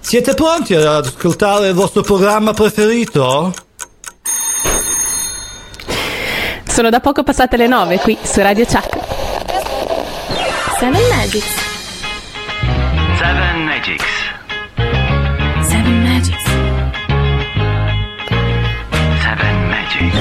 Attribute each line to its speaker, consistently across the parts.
Speaker 1: Siete pronti ad ascoltare il vostro programma preferito?
Speaker 2: Sono da poco passate le 9 qui su Radio Chuck.
Speaker 3: Seven Magics.
Speaker 4: Seven Magics.
Speaker 3: Seven Magics.
Speaker 4: Seven Magics.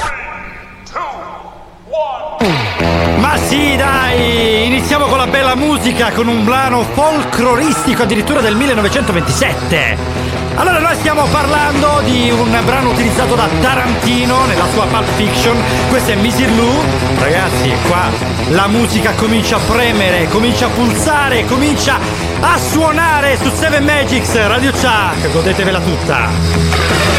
Speaker 1: Ma sì, dai! Iniziamo con la bella musica, con un brano folcloristico addirittura del 1927. Allora, noi stiamo parlando di un brano utilizzato da Tarantino nella sua Pulp Fiction. Questo è Missy Lou. Ragazzi, qua la musica comincia a premere, comincia a pulsare, comincia a suonare su Seven Magics, Radio Chuck. Godetevela tutta.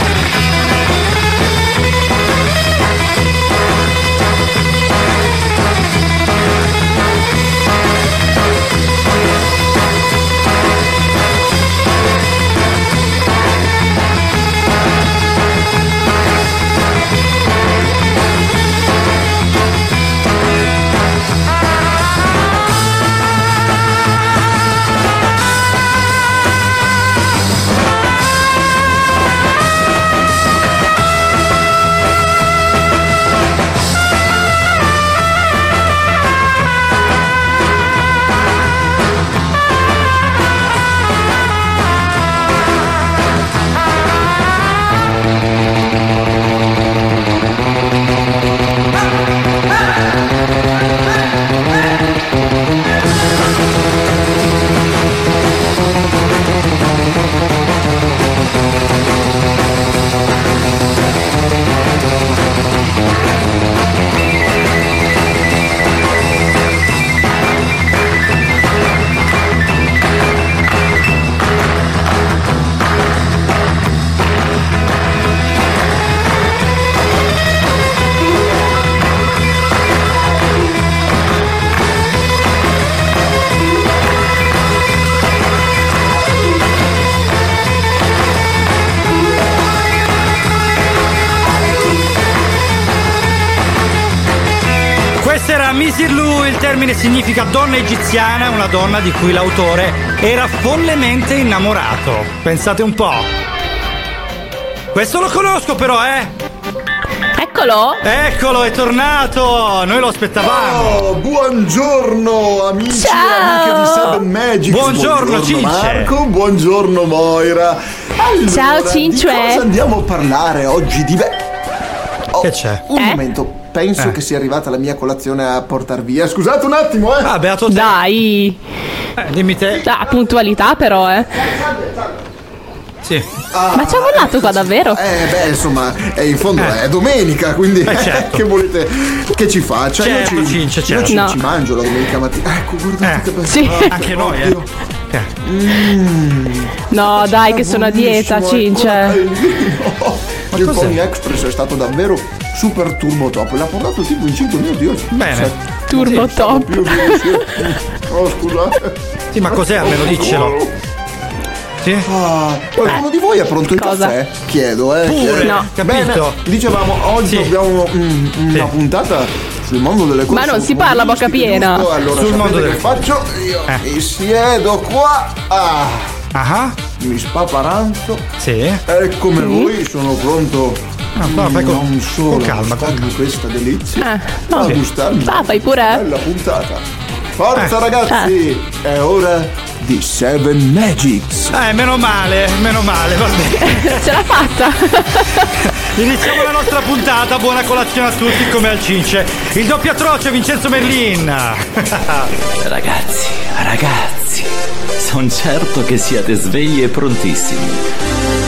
Speaker 1: Missy Lou, il termine significa donna egiziana, una donna di cui l'autore era follemente innamorato. Pensate un po'. Questo lo conosco però,
Speaker 2: Eccolo!
Speaker 1: Eccolo, è tornato! Noi lo aspettavamo!
Speaker 5: Oh, buongiorno amici
Speaker 2: Ciao.
Speaker 5: e amiche di Seven Magics.
Speaker 1: Buongiorno Cince.
Speaker 5: Marco, buongiorno Moira. Allora,
Speaker 2: Ciao Cince.
Speaker 5: Di cosa andiamo a parlare oggi?
Speaker 1: Che c'è?
Speaker 5: Un momento, penso che sia arrivata la mia colazione a portar via. Scusate un attimo,
Speaker 1: Ah, beato te.
Speaker 2: Dai!
Speaker 1: Dimmi te.
Speaker 2: Da puntualità però,
Speaker 1: Sì.
Speaker 2: Ma ci ha mollato qua davvero?
Speaker 5: Insomma, in fondo è domenica, quindi
Speaker 1: certo.
Speaker 5: che volete che ci faccia?
Speaker 1: Certo,
Speaker 5: io
Speaker 1: Cince, certo.
Speaker 5: ci mangio la domenica mattina. Ecco, guardate che bello.
Speaker 2: Sì.
Speaker 1: Anche noi,
Speaker 5: Oddio.
Speaker 2: No, dai, che sono a dieta,
Speaker 5: Buonissimo,
Speaker 2: Cince.
Speaker 5: Il Pony Express è stato davvero super turbo top. L'ha portato tipo in 5 minuti. Io
Speaker 1: Bene.
Speaker 2: Turbo top.
Speaker 5: Oh, scusate.
Speaker 1: Sì, ma cos'è? Almeno diccelo. Sì?
Speaker 5: Qualcuno di voi è pronto il
Speaker 2: Cosa?
Speaker 5: caffè? Chiedo,
Speaker 1: Pure,
Speaker 5: chiedo.
Speaker 2: No.
Speaker 1: capito?
Speaker 5: Bene, dicevamo, oggi
Speaker 1: Sì.
Speaker 5: abbiamo una puntata sul mondo delle cose.
Speaker 2: Ma non si parla a bocca piena.
Speaker 5: giusto? Allora,
Speaker 1: Sul mondo
Speaker 5: sapete
Speaker 1: delle
Speaker 5: che faccio? Io mi siedo qua. Mi spaparanzo.
Speaker 1: Sì.
Speaker 5: E come voi sono pronto
Speaker 1: fai
Speaker 5: non solo
Speaker 1: con calma,
Speaker 5: a gustarmi questa delizia,
Speaker 2: no.
Speaker 5: ma a gustarmi
Speaker 2: Fai pure.
Speaker 5: bella puntata. Forza ragazzi, è ora di Seven Magics.
Speaker 1: Meno male, va bene.
Speaker 2: Ce l'ha fatta.
Speaker 1: Iniziamo la nostra puntata, buona colazione a tutti come al Cince. Il doppio atroce Vincenzo Merlin.
Speaker 6: Ragazzi, son certo che siate svegli e prontissimi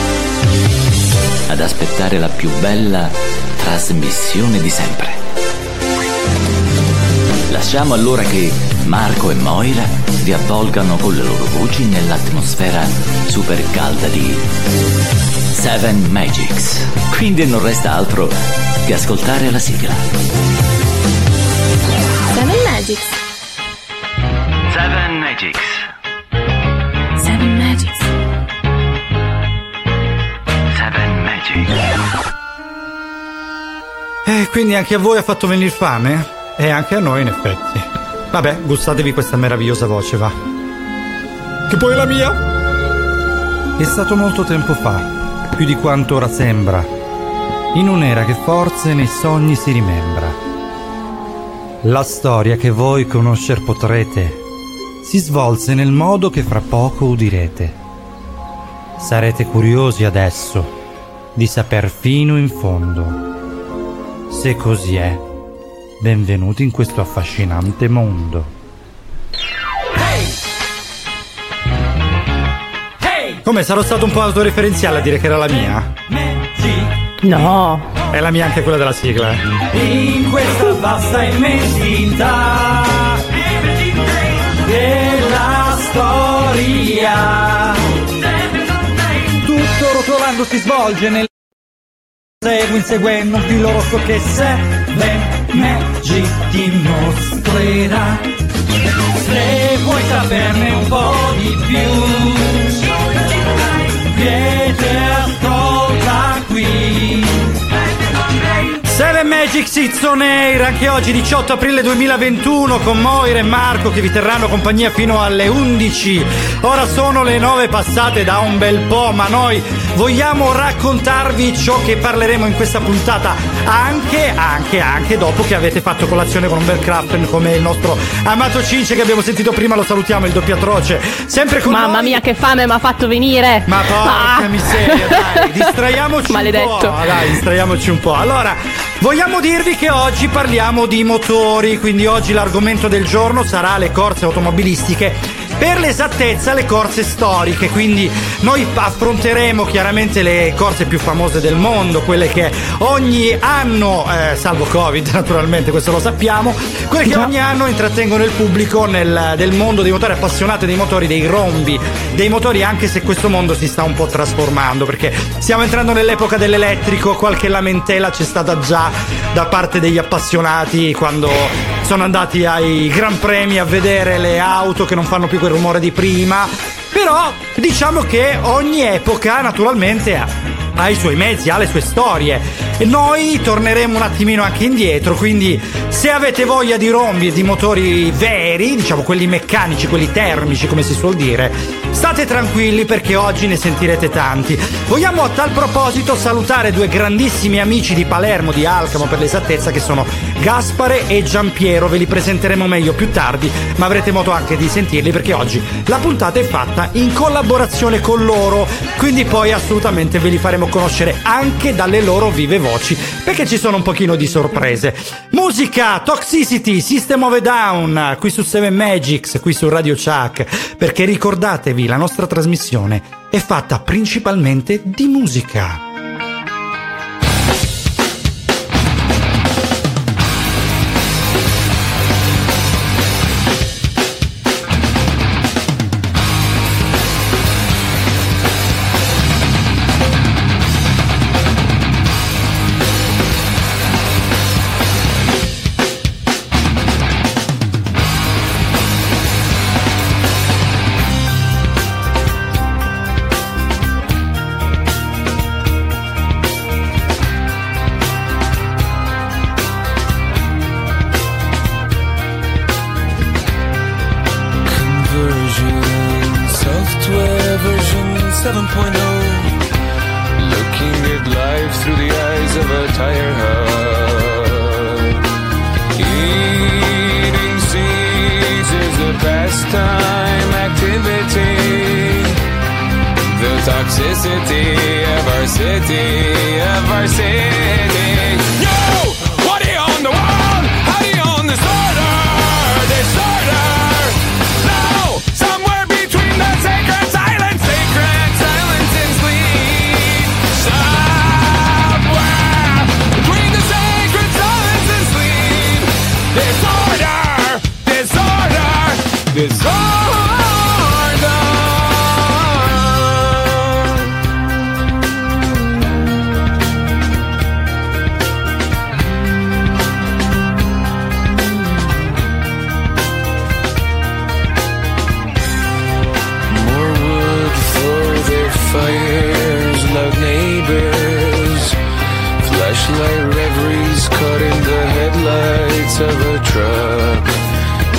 Speaker 6: ad aspettare la più bella trasmissione di sempre. Lasciamo allora che Marco e Moira vi avvolgano con le loro voci nell'atmosfera super calda di Seven Magics. Quindi non resta altro che ascoltare la sigla.
Speaker 3: Seven Magics.
Speaker 4: Seven Magics.
Speaker 3: Seven Magics.
Speaker 4: Seven Magics.
Speaker 1: Quindi anche a voi ha fatto venire fame? E anche a noi in effetti. Vabbè, gustatevi questa meravigliosa voce, va. Che poi è la mia. È stato molto tempo fa, più di quanto ora sembra, in un'era che forse nei sogni si rimembra. La storia che voi conoscer potrete si svolse nel modo che fra poco udirete. Sarete curiosi adesso di saper fino in fondo. Se così è, benvenuti in questo affascinante mondo. Come, sarò stato un po' autoreferenziale a dire che era la mia?
Speaker 2: No.
Speaker 1: È la mia anche quella della sigla. In questa vasta immensità della storia, tutto rotolando si svolge nel segue inseguendo un filo rosso che Seven Magic ti mostrerà. Se vuoi saperne un po' di più, vieni, ascolta qui. Seven Magics It's On Air, anche oggi 18 aprile 2021 con Moira e Marco che vi terranno compagnia fino alle 11. Ora sono le 9 passate da un bel po', ma noi vogliamo raccontarvi ciò che parleremo in questa puntata anche dopo che avete fatto colazione con un bel craft come il nostro amato Cince che abbiamo sentito prima. Lo salutiamo, il doppio atroce, sempre con
Speaker 2: Mamma
Speaker 1: noi.
Speaker 2: mia, che fame mi ha fatto venire.
Speaker 1: Ma porca miseria, dai, distraiamoci
Speaker 2: Maledetto.
Speaker 1: un po'. Dai, distraiamoci un po'. Allora, vogliamo dirvi che oggi parliamo di motori, quindi oggi l'argomento del giorno sarà le corse automobilistiche. Per l'esattezza le corse storiche, quindi noi affronteremo chiaramente le corse più famose del mondo, quelle che ogni anno, salvo Covid naturalmente, questo lo sappiamo, quelle che ogni anno intrattengono il pubblico del mondo dei motori, appassionati dei motori, dei rombi, dei motori, anche se questo mondo si sta un po' trasformando, perché stiamo entrando nell'epoca dell'elettrico. Qualche lamentela c'è stata già da parte degli appassionati quando sono andati ai Gran Premi a vedere le auto che non fanno più quel rumore di prima. Però diciamo che ogni epoca naturalmente ha i suoi mezzi, ha le sue storie, e noi torneremo un attimino anche indietro. Quindi se avete voglia di rombi e di motori veri, diciamo quelli meccanici, quelli termici come si suol dire, state tranquilli perché oggi ne sentirete tanti. Vogliamo a tal proposito salutare due grandissimi amici di Palermo, di Alcamo per l'esattezza, che sono Gaspare e Giampiero. Ve li presenteremo meglio più tardi, ma avrete modo anche di sentirli perché oggi la puntata è fatta in collaborazione con loro, quindi poi assolutamente ve li faremo conoscere anche dalle loro vive voci, perché ci sono un pochino di sorprese. Musica, Toxicity, System of a Down, qui su Seven Magics, qui su Radio Chuck, perché ricordatevi, la nostra trasmissione è fatta principalmente di musica.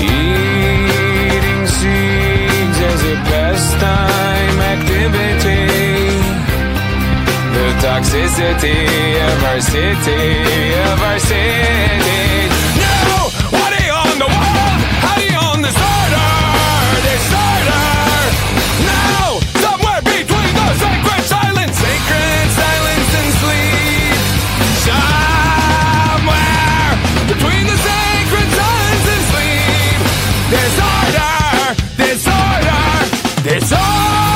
Speaker 7: Eating seeds as a pastime activity. toxicity of our city. No, what are you on the world? How do you on disorder? No, somewhere between the sacred silence and sleep. Somewhere between the sacred silence and sleep. Disorder, disorder, disorder.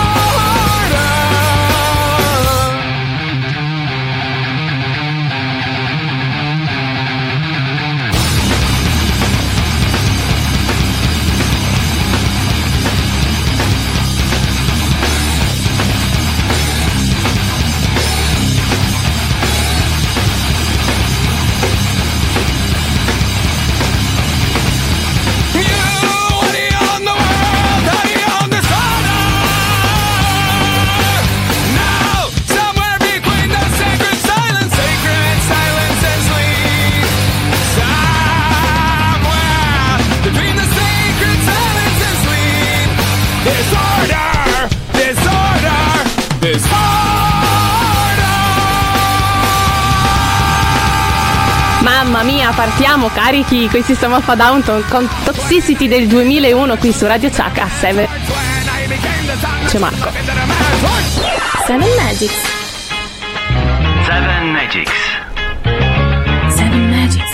Speaker 2: Mamma mia, partiamo carichi con System of a Down con Toxicity del 2001 qui su Radio Chuck a 7. C'è Marco.
Speaker 3: 7 Magics.
Speaker 4: 7 Magics.
Speaker 3: 7 Magics.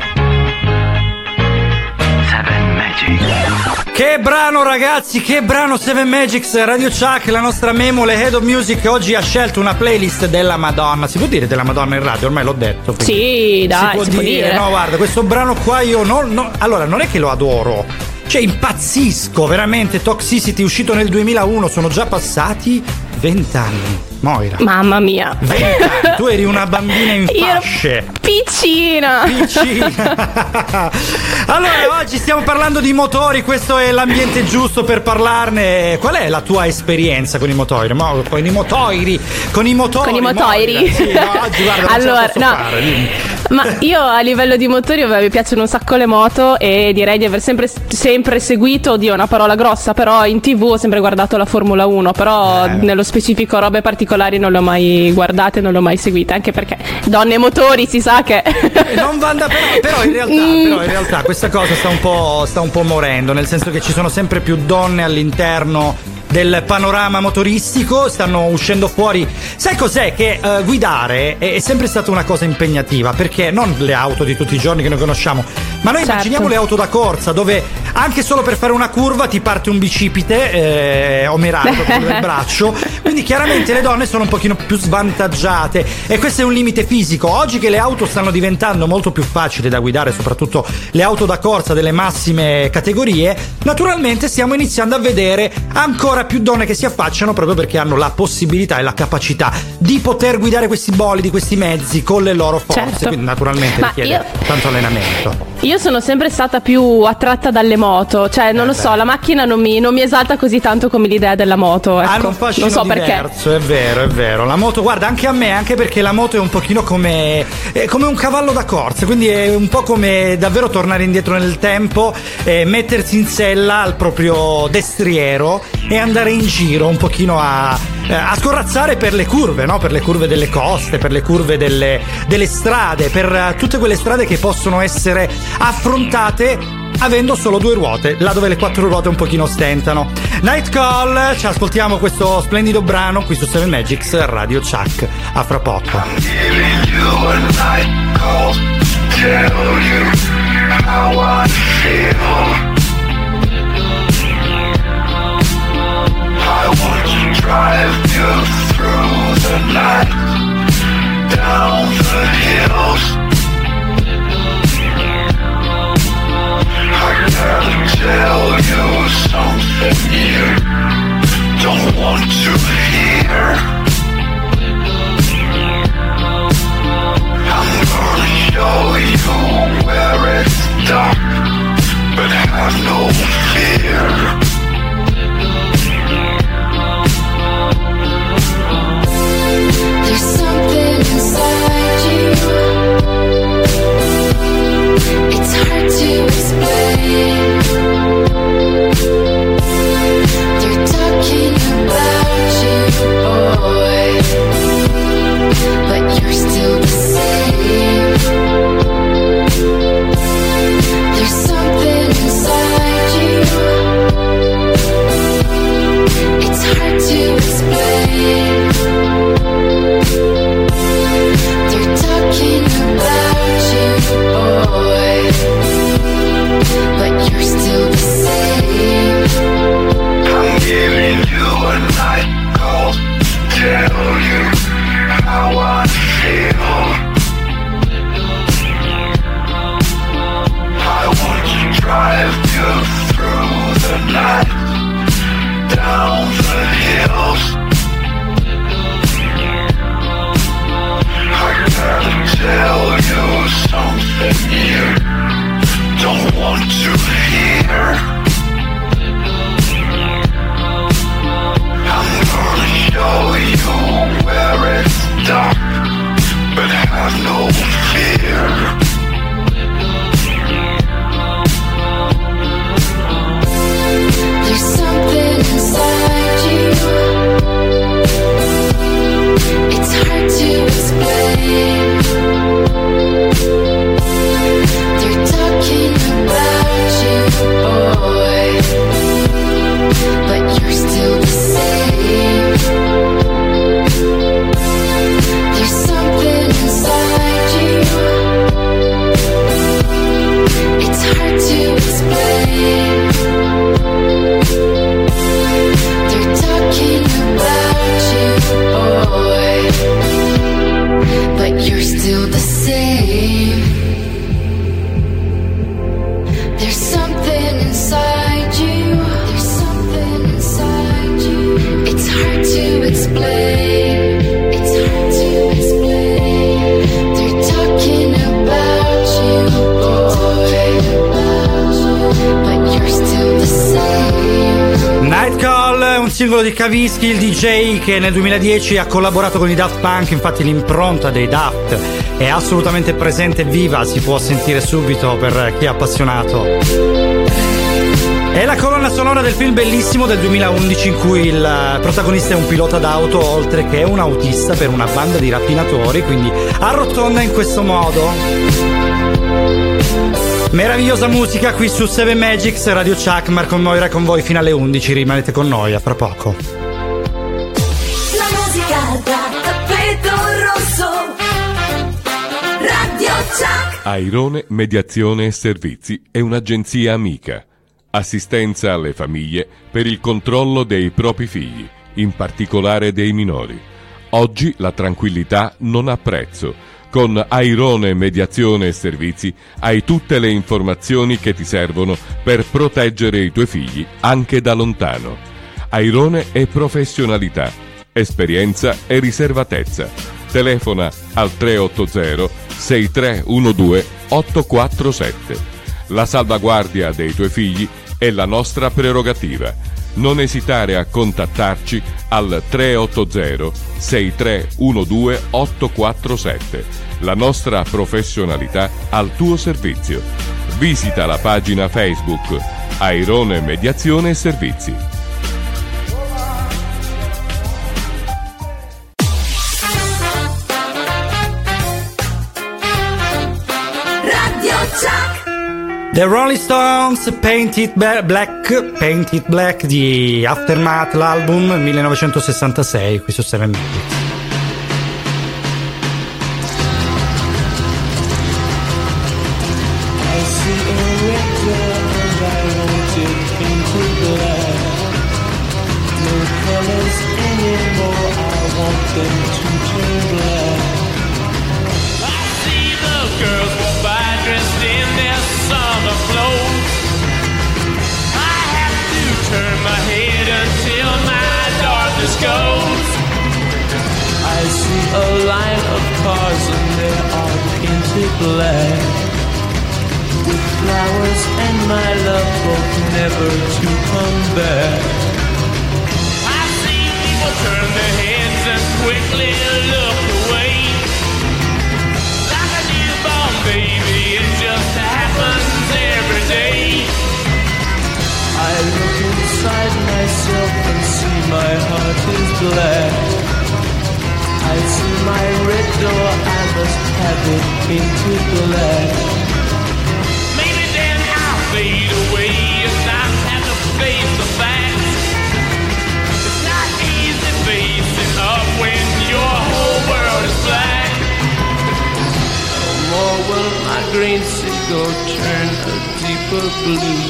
Speaker 4: 7 Magics.
Speaker 1: Che brano ragazzi, che brano 7 Magics. Radio Chuck, la nostra memole Head of Music oggi ha scelto una playlist della Madonna. Si può dire della Madonna in radio? Ormai l'ho detto.
Speaker 2: Sì, dai,
Speaker 1: si può dire. No, guarda, questo brano qua io allora non è che lo adoro, cioè impazzisco veramente. Toxicity, uscito nel 2001, sono già passati 20 anni. Moira,
Speaker 2: mamma mia,
Speaker 1: 20 anni. Tu eri una bambina in fasce.
Speaker 2: Piccina.
Speaker 1: Allora, oggi stiamo parlando di motori. Questo è l'ambiente giusto per parlarne. Qual è la tua esperienza con i motori? Con i motori? Sì, no, oggi guarda,
Speaker 2: allora, no. Ma io a livello di motori mi piacciono un sacco le moto e direi di aver sempre seguito, oddio, una parola grossa, però in TV ho sempre guardato la Formula 1, però nello specifico robe particolari non l'ho mai guardate, non l'ho mai seguita, anche perché donne e motori si sa che
Speaker 1: non va però in realtà questa cosa sta un po' morendo, nel senso che ci sono sempre più donne all'interno del panorama motoristico, stanno uscendo fuori. Sai cos'è? Che guidare è sempre stata una cosa impegnativa, perché non le auto di tutti i giorni che noi conosciamo, ma noi immaginiamo le auto da corsa, dove anche solo per fare una curva ti parte un bicipite omerato del braccio, quindi chiaramente le donne sono un pochino più svantaggiate e questo è un limite fisico. Oggi che le auto stanno diventando molto più facili da guidare, soprattutto le auto da corsa delle massime categorie, naturalmente stiamo iniziando a vedere ancora più donne che si affacciano, proprio perché hanno la possibilità e la capacità di poter guidare questi bolidi, questi mezzi con le loro forze.
Speaker 2: Certo.
Speaker 1: Quindi naturalmente richiede tanto allenamento.
Speaker 2: Io sono sempre stata più attratta dalle moto, cioè non lo so, la macchina non mi esalta così tanto come l'idea della moto, ecco.
Speaker 1: Hanno un fascino
Speaker 2: non so
Speaker 1: diverso, perché. È vero. La moto, guarda, anche a me, anche perché la moto è un pochino come un cavallo da corsa, quindi è un po' come davvero tornare indietro nel tempo, mettersi in sella al proprio destriero e andare in giro un pochino a scorrazzare per le curve, no? Per le curve delle coste, per le curve delle strade, per tutte quelle strade che possono essere affrontate avendo solo 2 ruote, là dove le 4 ruote un pochino stentano. Night Call, ci ascoltiamo questo splendido brano qui su 7 Magics Radio Chuck. A fra poco.
Speaker 8: I'm giving you a night call, tell you how I feel. I want to drive you through the night, down the hills. I gotta tell you something you don't want to hear. I'm gonna show you where it's dark, but have no fear.
Speaker 3: There's something inside you. It's hard to explain. They're talking about you, boy.
Speaker 8: want to hear. I'm gonna show you where it's dark, but have no fear.
Speaker 3: There's something inside you. It's hard to explain. They're talking about you, boy, but you're still the same. There's something inside you. It's hard to explain. They're talking about you, boy, but you're still the same. There's something inside you. There's something inside you. It's hard to explain. It's hard to explain. They're talking about you, boy, but you're still the same.
Speaker 1: Night Call è un singolo di Kavinsky, il DJ che nel 2010 ha collaborato con i Daft Punk. Infatti l'impronta dei Daft è assolutamente presente e viva, si può sentire subito per chi è appassionato. È la colonna sonora del film bellissimo del 2011 in cui il protagonista è un pilota d'auto oltre che un autista per una banda di rapinatori, quindi arrotonda in questo modo. Meravigliosa musica qui su 7 Magics, Radio Chuck, Marco Moira con voi fino alle 11, rimanete con noi, a fra poco.
Speaker 9: La musica da tappeto rosso, Radio Chuck.
Speaker 10: Airone Mediazione e Servizi è un'agenzia amica. Assistenza alle famiglie per il controllo dei propri figli, in particolare dei minori. Oggi la tranquillità non ha prezzo. Con Airone Mediazione e Servizi hai tutte le informazioni che ti servono per proteggere i tuoi figli anche da lontano. Airone è professionalità, esperienza e riservatezza. Telefona al 380 6312 847. La salvaguardia dei tuoi figli è la nostra prerogativa. Non esitare a contattarci al 380 6312 847. La nostra professionalità al tuo servizio. Visita la pagina Facebook Airone Mediazione e Servizi.
Speaker 9: Radio Chuck.
Speaker 1: The Rolling Stones, Painted Black di Aftermath, l'album 1966 qui su 7 Magics.
Speaker 11: Black with flowers and my love hope never to come back.
Speaker 7: I see people turn their heads and quickly look away. Like a newborn baby, it just happens every day.
Speaker 11: I look inside myself and see my heart is black. I see my red door, I must have it painted black.
Speaker 7: Maybe then I'll fade away and not have to face the facts. It's not easy facing up when your whole world is black.
Speaker 11: No more will my green seagull turn a deeper blue.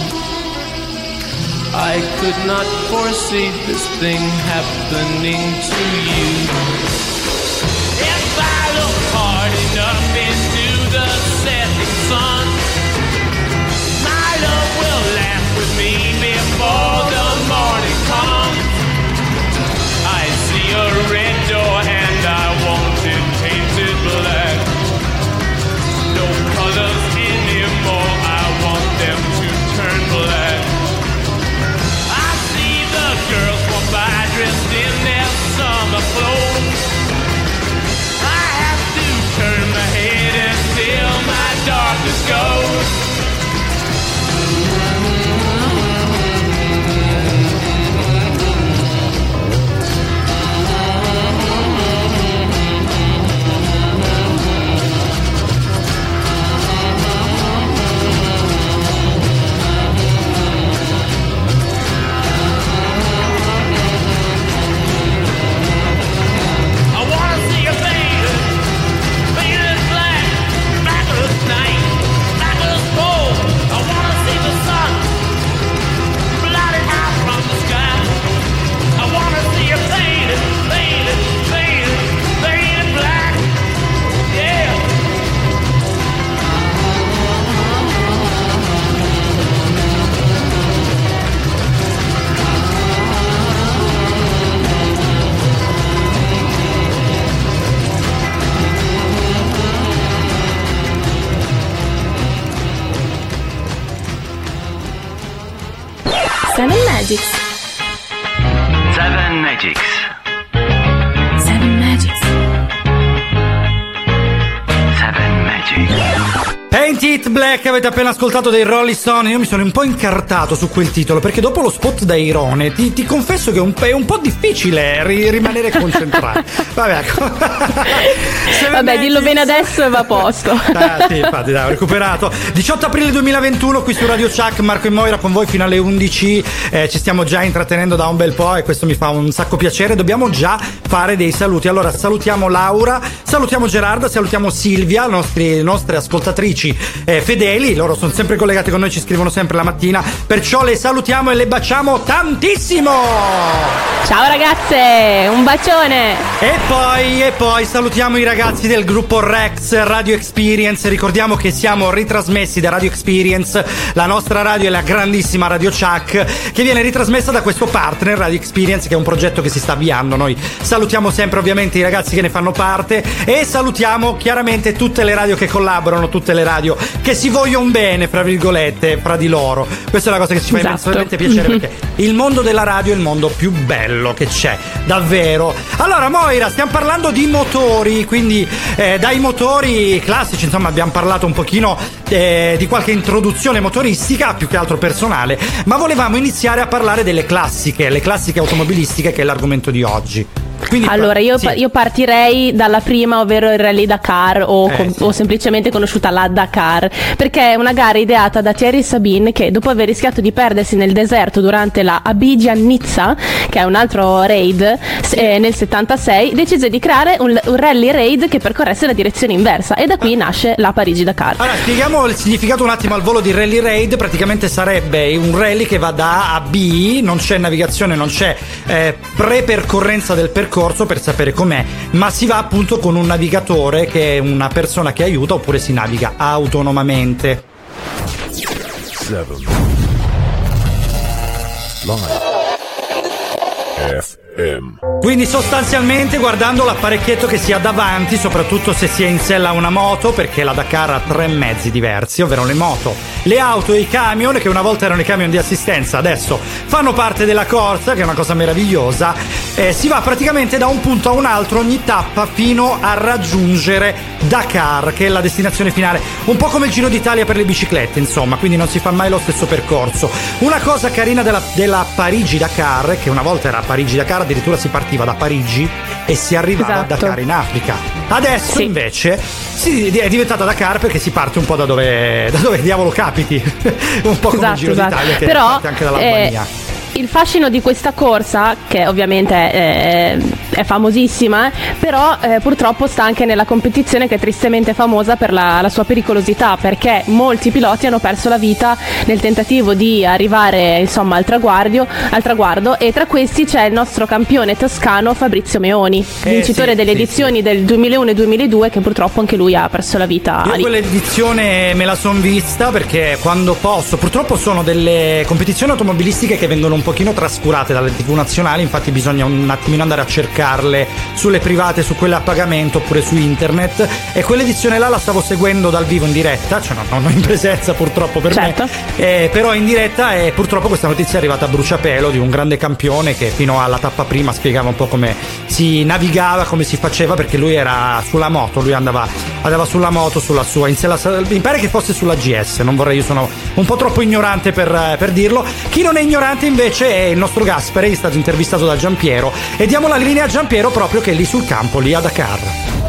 Speaker 11: I could not foresee this thing happening to you.
Speaker 7: If I look hard enough into the setting sun, my love will laugh with me before the morning comes. I see a red door and I want it painted black. No colors anymore, I want them
Speaker 2: Seven Magics.
Speaker 4: Seven Magics.
Speaker 2: Seven Magics.
Speaker 4: Seven Magics.
Speaker 1: Paint It Black, avete appena ascoltato dei Rolling Stone. Io mi sono un po' incartato su quel titolo perché dopo lo spot da Irone ti confesso che è un po' difficile rimanere concentrato.
Speaker 2: Vabbè, dillo bene adesso e va a posto.
Speaker 1: Sì, infatti, dai, ho recuperato. 18 aprile 2021 qui su Radio Chuck, Marco e Moira con voi fino alle 11. Ci stiamo già intrattenendo da un bel po' e questo mi fa un sacco piacere. Dobbiamo già fare dei saluti. Allora, salutiamo Laura, salutiamo Gerarda, salutiamo Silvia, le nostre ascoltatrici fedeli. Loro sono sempre collegati con noi, ci scrivono sempre la mattina, perciò le salutiamo e le baciamo tantissimo.
Speaker 2: Ciao ragazze, un bacione.
Speaker 1: E poi salutiamo i ragazzi del gruppo Rex Radio Experience. Ricordiamo che siamo ritrasmessi da Radio Experience, la nostra radio è la grandissima Radio Chuck, che viene ritrasmessa da questo partner Radio Experience, che è un progetto che si sta avviando. Noi salutiamo sempre ovviamente i ragazzi che ne fanno parte e salutiamo chiaramente tutte le radio che collaborano, tutte le radio che si vogliono bene, fra virgolette, fra di loro. Questa è la cosa che ci fa immensamente piacere, perché il mondo della radio è il mondo più bello che c'è, davvero. Allora Moira, stiamo parlando di motori, quindi dai motori classici, insomma abbiamo parlato un pochino di qualche introduzione motoristica, più che altro personale, ma volevamo iniziare a parlare delle classiche, le classiche automobilistiche, che è l'argomento di oggi. Quindi,
Speaker 2: allora io partirei dalla prima, ovvero il Rally Dakar o semplicemente conosciuta la Dakar, perché è una gara ideata da Thierry Sabine, che dopo aver rischiato di perdersi nel deserto durante la Abidjan-Nizza, che è un altro raid nel 76, decise di creare un rally raid che percorresse la direzione inversa, e da qui nasce la Parigi-Dakar.
Speaker 1: Allora spieghiamo il significato un attimo al volo di rally raid. Praticamente sarebbe un rally che va da A a B, non c'è navigazione, non c'è prepercorrenza del percorso per sapere com'è, ma si va appunto con un navigatore, che è una persona che aiuta, oppure si naviga autonomamente.
Speaker 8: 7 Live FM.
Speaker 1: Quindi sostanzialmente guardando l'apparecchietto che si ha davanti, soprattutto se si è in sella a una moto, perché la Dakar ha 3 mezzi diversi, ovvero le moto, le auto e i camion, che una volta erano i camion di assistenza, adesso fanno parte della corsa, che è una cosa meravigliosa. Si va praticamente da un punto a un altro ogni tappa fino a raggiungere Dakar, che è la destinazione finale, un po' come il Giro d'Italia per le biciclette, insomma, quindi non si fa mai lo stesso percorso. Una cosa carina della Parigi-Dakar, che una volta era Parigi-Dakar, addirittura si partiva da Parigi e si arrivava a Dakar in Africa. Adesso invece è diventata Dakar perché si parte un po' da dove diavolo capiti, un po' come il Giro d'Italia, che parte anche dall'Albania.
Speaker 2: Il fascino di questa corsa, che ovviamente è famosissima, però purtroppo sta anche nella competizione, che è tristemente famosa per la sua pericolosità, perché molti piloti hanno perso la vita nel tentativo di arrivare, insomma, al traguardo, e tra questi c'è il nostro campione toscano Fabrizio Meoni, vincitore delle edizioni del 2001 e 2002, che purtroppo anche lui ha perso la vita.
Speaker 1: Io quell'edizione me la son vista, perché quando posso, purtroppo sono delle competizioni automobilistiche che vengono un pochino trascurate dalle TV nazionali, infatti bisogna un attimino andare a cercarle sulle private, su quelle a pagamento oppure su internet, e quell'edizione là la stavo seguendo dal vivo in diretta, cioè non in presenza purtroppo per me, però in diretta, e purtroppo questa notizia è arrivata a bruciapelo di un grande campione che fino alla tappa prima spiegava un po' come si navigava, come si faceva, perché lui era sulla moto, lui andava sulla moto, sulla sua, mi pare che fosse sulla GS, non vorrei, io sono un po' troppo ignorante per dirlo. Chi non è ignorante invece è il nostro Gaspare, è stato intervistato da Giampiero, e diamo la linea a Giampiero proprio, che è lì sul campo, lì a Dakar.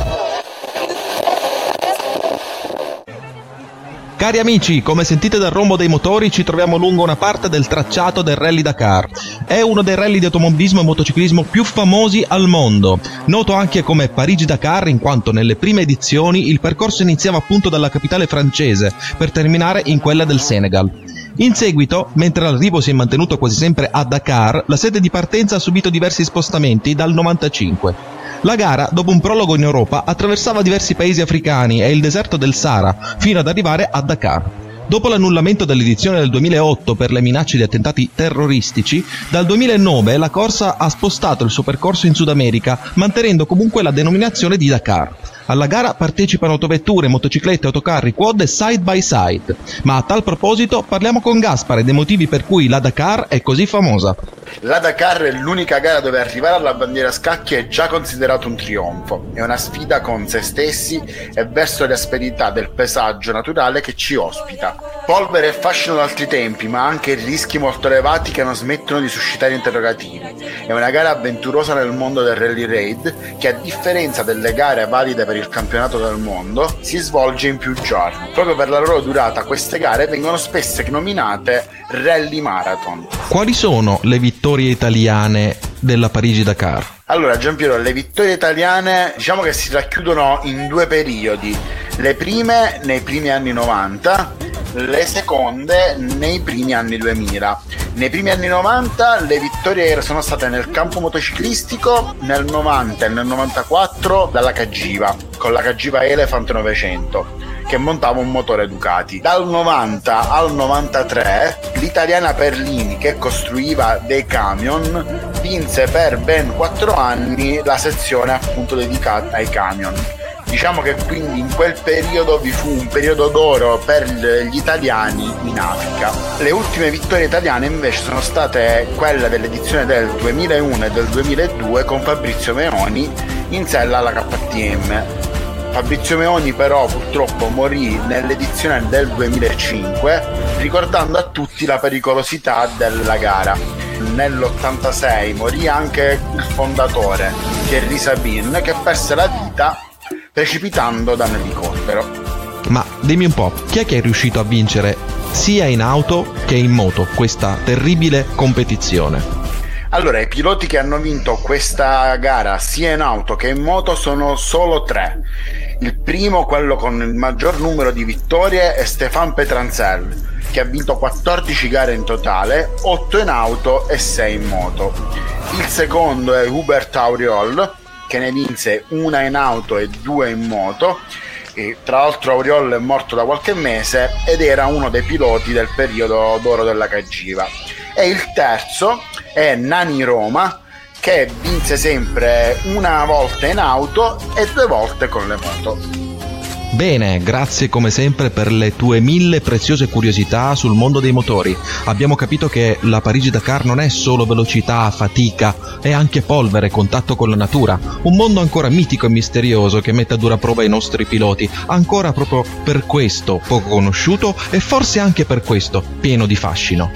Speaker 12: Cari amici, come sentite dal rombo dei motori, ci troviamo lungo una parte del tracciato del Rally Dakar. È uno dei rally di automobilismo e motociclismo più famosi al mondo, noto anche come Parigi-Dakar, in quanto nelle prime edizioni il percorso iniziava appunto dalla capitale francese per terminare in quella del Senegal. In seguito, mentre l'arrivo si è mantenuto quasi sempre a Dakar, la sede di partenza ha subito diversi spostamenti dal 95. La gara, dopo un prologo in Europa, attraversava diversi paesi africani e il deserto del Sahara, fino ad arrivare a Dakar. Dopo l'annullamento dell'edizione del 2008 per le minacce di attentati terroristici, dal 2009 la corsa ha spostato il suo percorso in Sud America, mantenendo comunque la denominazione di Dakar. Alla gara partecipano autovetture, motociclette, autocarri, quad e side by side. Ma a tal proposito parliamo con Gaspare dei motivi per cui la Dakar è così famosa.
Speaker 13: La Dakar è l'unica gara dove arrivare alla bandiera a scacchi è già considerato un trionfo. È una sfida con se stessi e verso le asperità del paesaggio naturale che ci ospita. Polvere e fascino d'altri tempi, ma anche rischi molto elevati che non smettono di suscitare interrogativi. È una gara avventurosa nel mondo del rally raid che, a differenza delle gare valide per il campionato del mondo, si svolge in più giorni. Proprio per la loro durata queste gare vengono spesso nominate rally marathon.
Speaker 12: Quali sono le vittorie italiane della Parigi-Dakar?
Speaker 13: Allora Giampiero, le vittorie italiane diciamo che si racchiudono in due periodi. Le prime nei primi anni 90, le seconde nei primi anni 2000. Nei primi anni 90 le vittorie sono state nel campo motociclistico nel 90 e nel 94 dalla Cagiva, con la Cagiva Elephant 900, che montava un motore Ducati. Dal 90 al 93 l'italiana Perlini, che costruiva dei camion, vinse per ben 4 anni la sezione appunto dedicata ai camion. Diciamo che quindi in quel periodo vi fu un periodo d'oro per gli italiani in Africa. Le ultime vittorie italiane invece sono state quelle dell'edizione del 2001 e del 2002 con Fabrizio Meoni in sella alla KTM. Fabrizio Meoni però purtroppo morì nell'edizione del 2005, ricordando a tutti la pericolosità della gara. Nell'86 morì anche il fondatore Thierry Sabine, che perse la vita precipitando da un elicottero.
Speaker 12: Ma dimmi un po', chi è che è riuscito a vincere sia in auto che in moto questa terribile competizione?
Speaker 13: Allora, i piloti che hanno vinto questa gara sia in auto che in moto sono solo 3. Il primo, quello con il maggior numero di vittorie, è Stéphane Petrancel, che ha vinto 14 gare in totale, 8 in auto e 6 in moto. Il secondo è Hubert Auriol, che ne vinse 1 in auto e 2 in moto. E tra l'altro Auriol è morto da qualche mese ed era uno dei piloti del periodo d'oro della Cagiva. E il terzo è Nani Roma, che vinse sempre 1 volta in auto e 2 volte con le moto.
Speaker 12: Bene, grazie come sempre per le tue 1000 preziose curiosità sul mondo dei motori. Abbiamo capito che la Parigi-Dakar non è solo velocità, fatica, è anche polvere, contatto con la natura. Un mondo ancora mitico e misterioso che mette a dura prova i nostri piloti, ancora proprio per questo poco conosciuto e forse anche per questo pieno di fascino.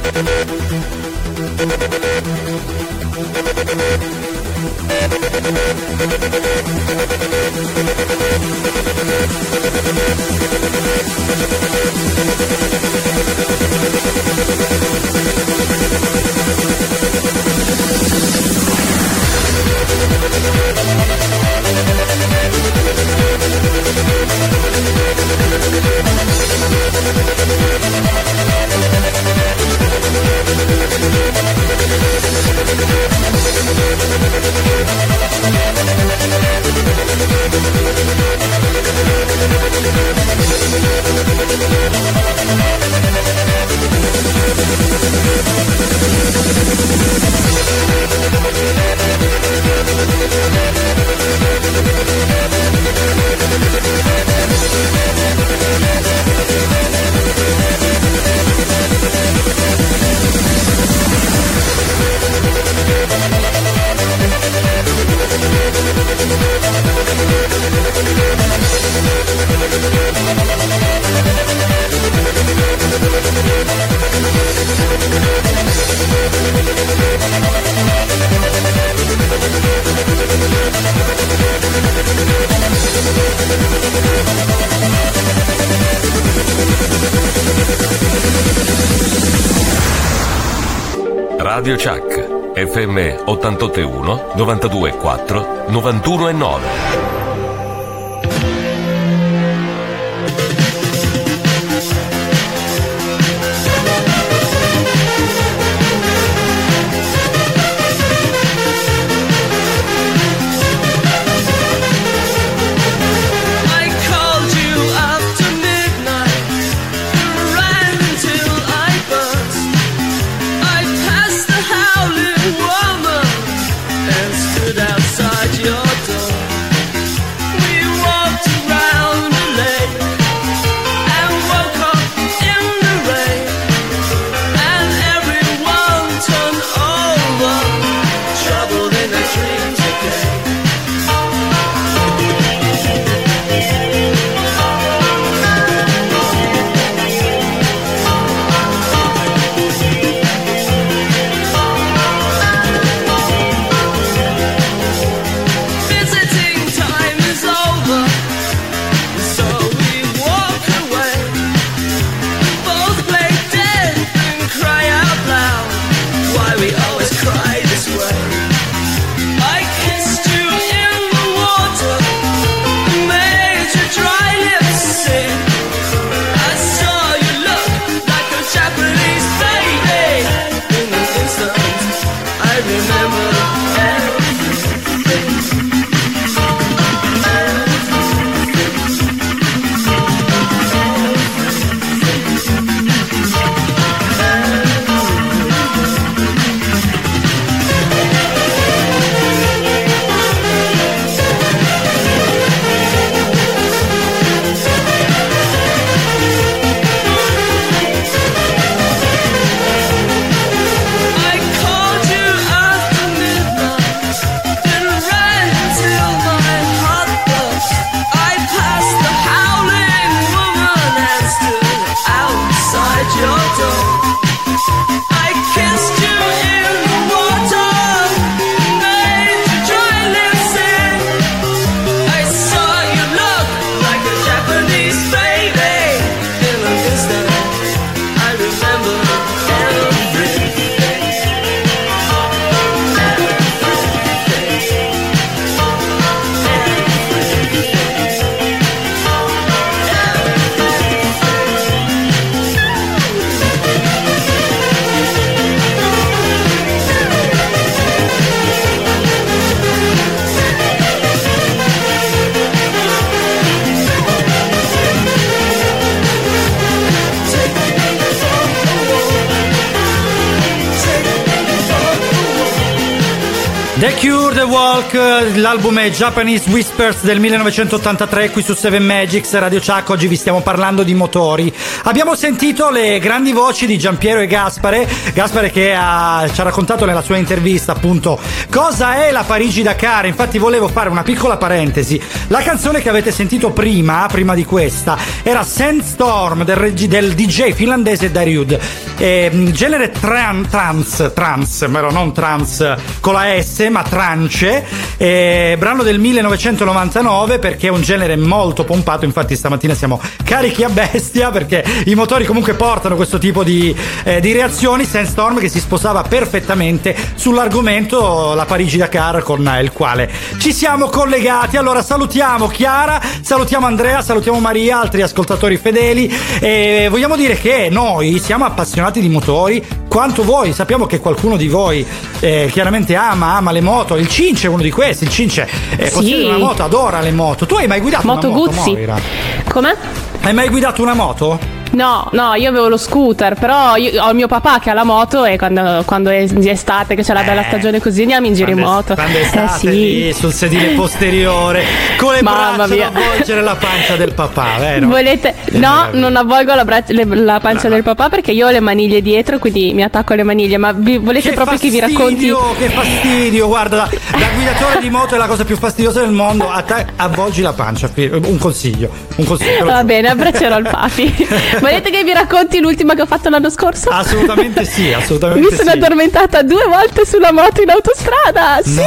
Speaker 14: Radio Chuck, FM 88.1, 92.4, 91.9.
Speaker 11: Woman and stood outside your door.
Speaker 1: The Cure, The Walk, l'album è Japanese Whispers del 1983 qui su Seven Magics, Radio Chuck. Oggi vi stiamo parlando di motori. Abbiamo sentito le grandi voci di Giampiero e Gaspare che ci ha raccontato nella sua intervista appunto cosa è la Parigi-Dakar. Infatti volevo fare una piccola parentesi. La canzone che avete sentito prima di questa era Sandstorm del DJ finlandese Darude, genere trance, però non trance con la S ma trance, brano del 1999 perché è un genere molto pompato. Infatti stamattina siamo carichi a bestia perché i motori comunque portano questo tipo di reazioni. Sandstorm che si sposava perfettamente sull'argomento la Parigi-Dakar con il quale ci siamo collegati. Allora salutiamo Chiara, salutiamo Andrea, salutiamo Maria, altri ascoltatori fedeli, e vogliamo dire che noi siamo appassionati di motori quanto voi. Sappiamo che qualcuno di voi chiaramente ama le moto. Il Cince è uno di questi. Il Cince possiede una moto, adora le moto. Tu hai mai guidato una moto, Moira?
Speaker 2: Come?
Speaker 1: Hai mai guidato una moto?
Speaker 2: No, io avevo lo scooter, però io ho mio papà che ha la moto e quando è estate che c'è la bella stagione così andiamo in giro in moto.
Speaker 1: Quando è estate lì sul sedile posteriore con le braccia ad avvolgere la pancia del papà, vero?
Speaker 2: Volete? No, non avvolgo la pancia del papà perché io ho le maniglie dietro, quindi mi attacco alle maniglie. Ma volete proprio che vi racconti?
Speaker 1: Che fastidio, guarda, da guidatore di moto è la cosa più fastidiosa del mondo. Avvolgi la pancia, un consiglio.
Speaker 2: Va bene, abbraccerò il papi. Volete che vi racconti l'ultima che ho fatto l'anno scorso?
Speaker 1: Assolutamente sì, assolutamente
Speaker 2: Mi sono addormentata 2 volte sulla moto in autostrada. Sì.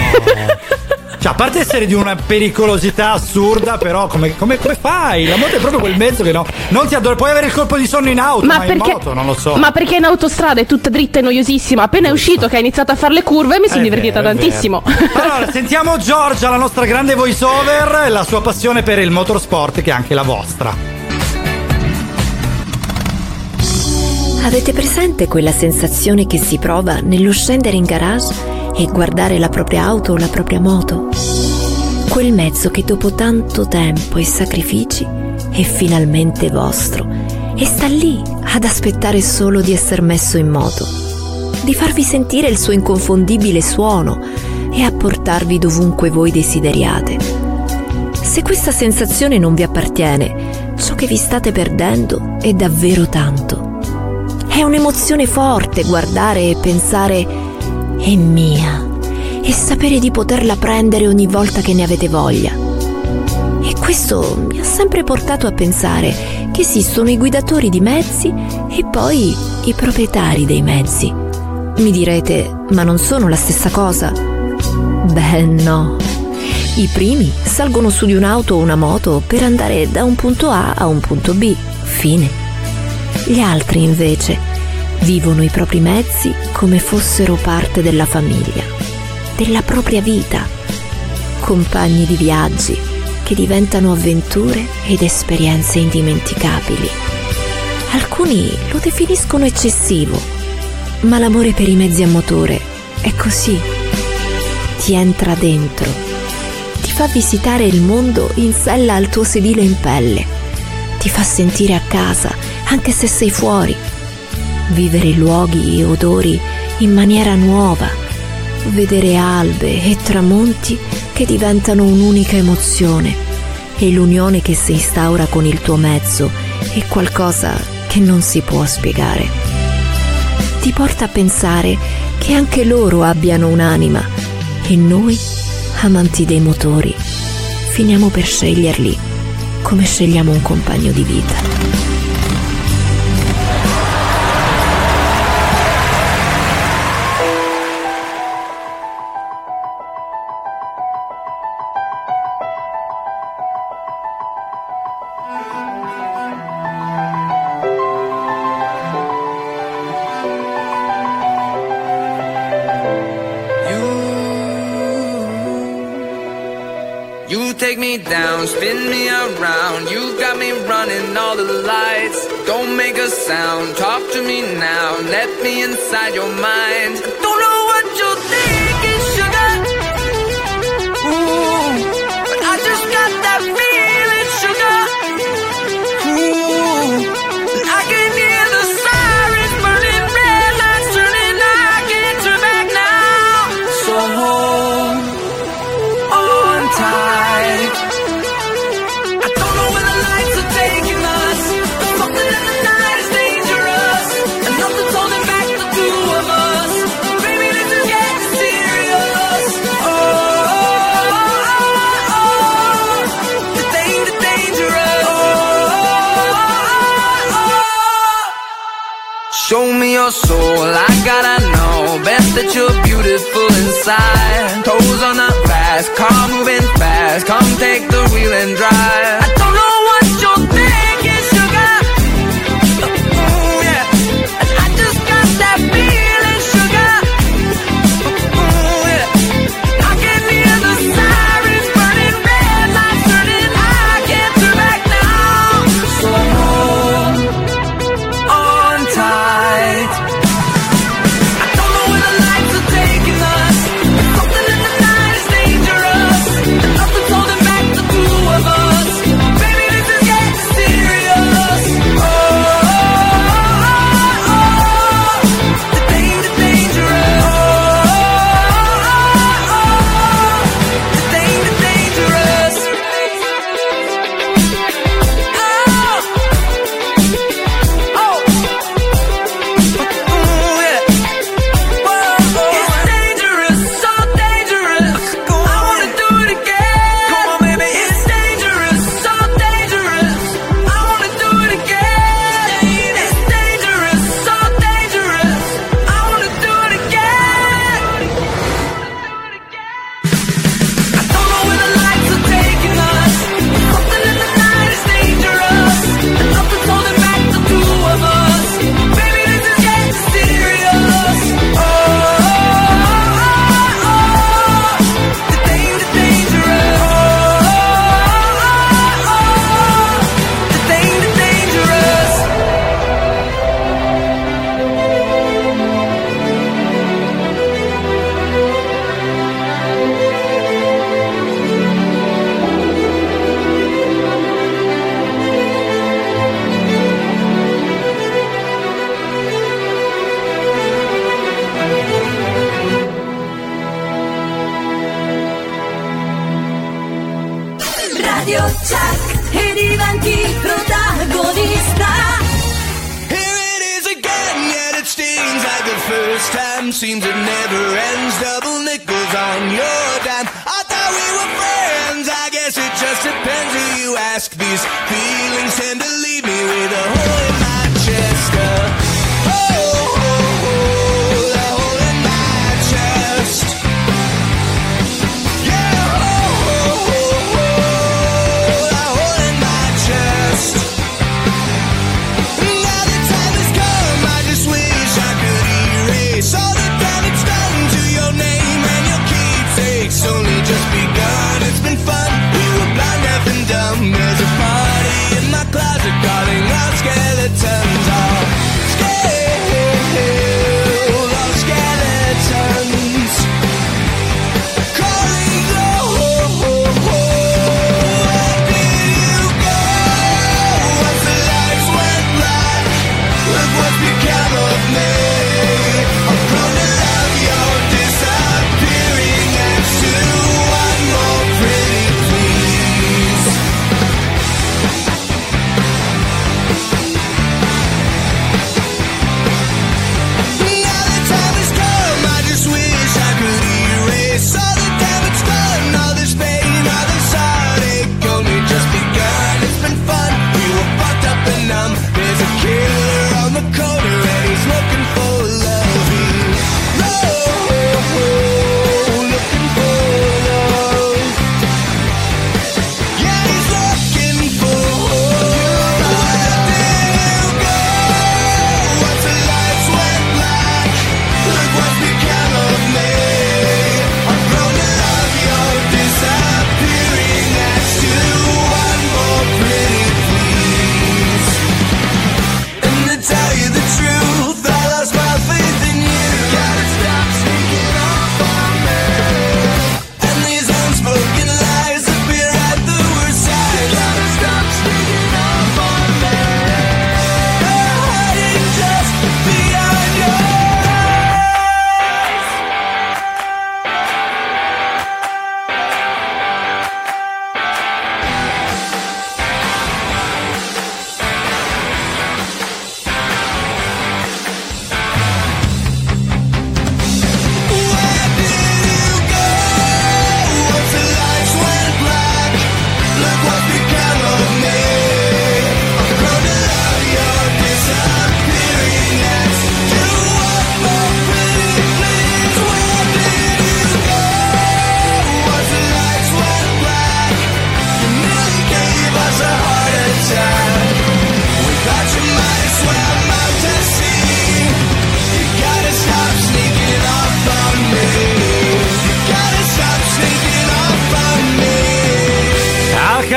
Speaker 1: Cioè, a parte essere di una pericolosità assurda, però come fai? La moto è proprio quel mezzo che non ti puoi avere il colpo di sonno in auto, ma in moto non lo so.
Speaker 2: Ma perché in autostrada è tutta dritta e noiosissima. Appena è uscito che ha iniziato a fare le curve mi sono divertita tantissimo.
Speaker 1: Allora, sentiamo Giorgia, la nostra grande voice over, e la sua passione per il motorsport che è anche la vostra.
Speaker 15: Avete presente quella sensazione che si prova nello scendere in garage e guardare la propria auto o la propria moto? Quel mezzo che dopo tanto tempo e sacrifici è finalmente vostro e sta lì ad aspettare solo di essere messo in moto, di farvi sentire il suo inconfondibile suono e a portarvi dovunque voi desideriate. Se questa sensazione non vi appartiene, ciò che vi state perdendo è davvero tanto. È un'emozione forte guardare e pensare è mia e sapere di poterla prendere ogni volta che ne avete voglia. E questo mi ha sempre portato a pensare che esistono i guidatori di mezzi e poi i proprietari dei mezzi. Mi direte, ma non sono la stessa cosa? Beh, no. I primi salgono su di un'auto o una moto per andare da un punto A a un punto B. Fine. Gli altri, invece, vivono i propri mezzi come fossero parte della famiglia, della propria vita, compagni di viaggi che diventano avventure ed esperienze indimenticabili. Alcuni lo definiscono eccessivo, ma l'amore per i mezzi a motore è così. Ti entra dentro, ti fa visitare il mondo in sella al tuo sedile in pelle, ti fa sentire a casa anche se sei fuori, vivere luoghi e odori in maniera nuova, vedere albe e tramonti che diventano un'unica emozione, e l'unione che si instaura con il tuo mezzo è qualcosa che non si può spiegare. Ti porta a pensare che anche loro abbiano un'anima e noi, amanti dei motori, finiamo per sceglierli come scegliamo un compagno di vita.
Speaker 16: Take me down, spin me around. You got me running all the lights. Don't make a sound, talk to me now. Let me inside your mind. Don't know what you're thinking, sugar. Ooh, but I just got that feeling, sugar. Ooh, and I can hear the sirens burning, red lights turning. I can't turn back now. So hold your soul, I gotta know. Best that you're beautiful inside. Toes on the fast, car moving fast. Come take the wheel and drive. I don't know what you're thinking, sugar. Ooh, yeah. I just got that feeling, sugar. Ooh, yeah. I can hear the sirens burning, red lights turning. I can't turn back now. So hold on tight. I don't know where the lights are taking us. Something in the night is dangerous. Nothing's holding back the two of us. Baby, this is getting serious. Oh, the dangerous. The dangerous. It's dangerous, so dangerous. I wanna do it again. Come on, baby. It's dangerous, so dangerous. I wanna do it again. It's dangerous, so dangerous. I wanna do it again. I don't know where the lights are taking us. Something in the night is dangerous. Nothing's holding back the two of us. Baby, this is getting serious. Oh, the dangerous. The dangerous.
Speaker 9: Radio Chuck e diventi protagonista.
Speaker 11: Here it is again, yet it stings like the first time. Seems it never ends. Double nickels on your dime. I thought we were friends. I guess it just depends who you ask. These feelings tend to leave me with a hole in my chest. The hole in my chest. Yeah, the hole in my chest. Now the time has come, I just wish I could erase all the damage done to your name and your keepsakes. Only just begun, it's been fun. We were blind, deaf, and dumb. There's a party in my club.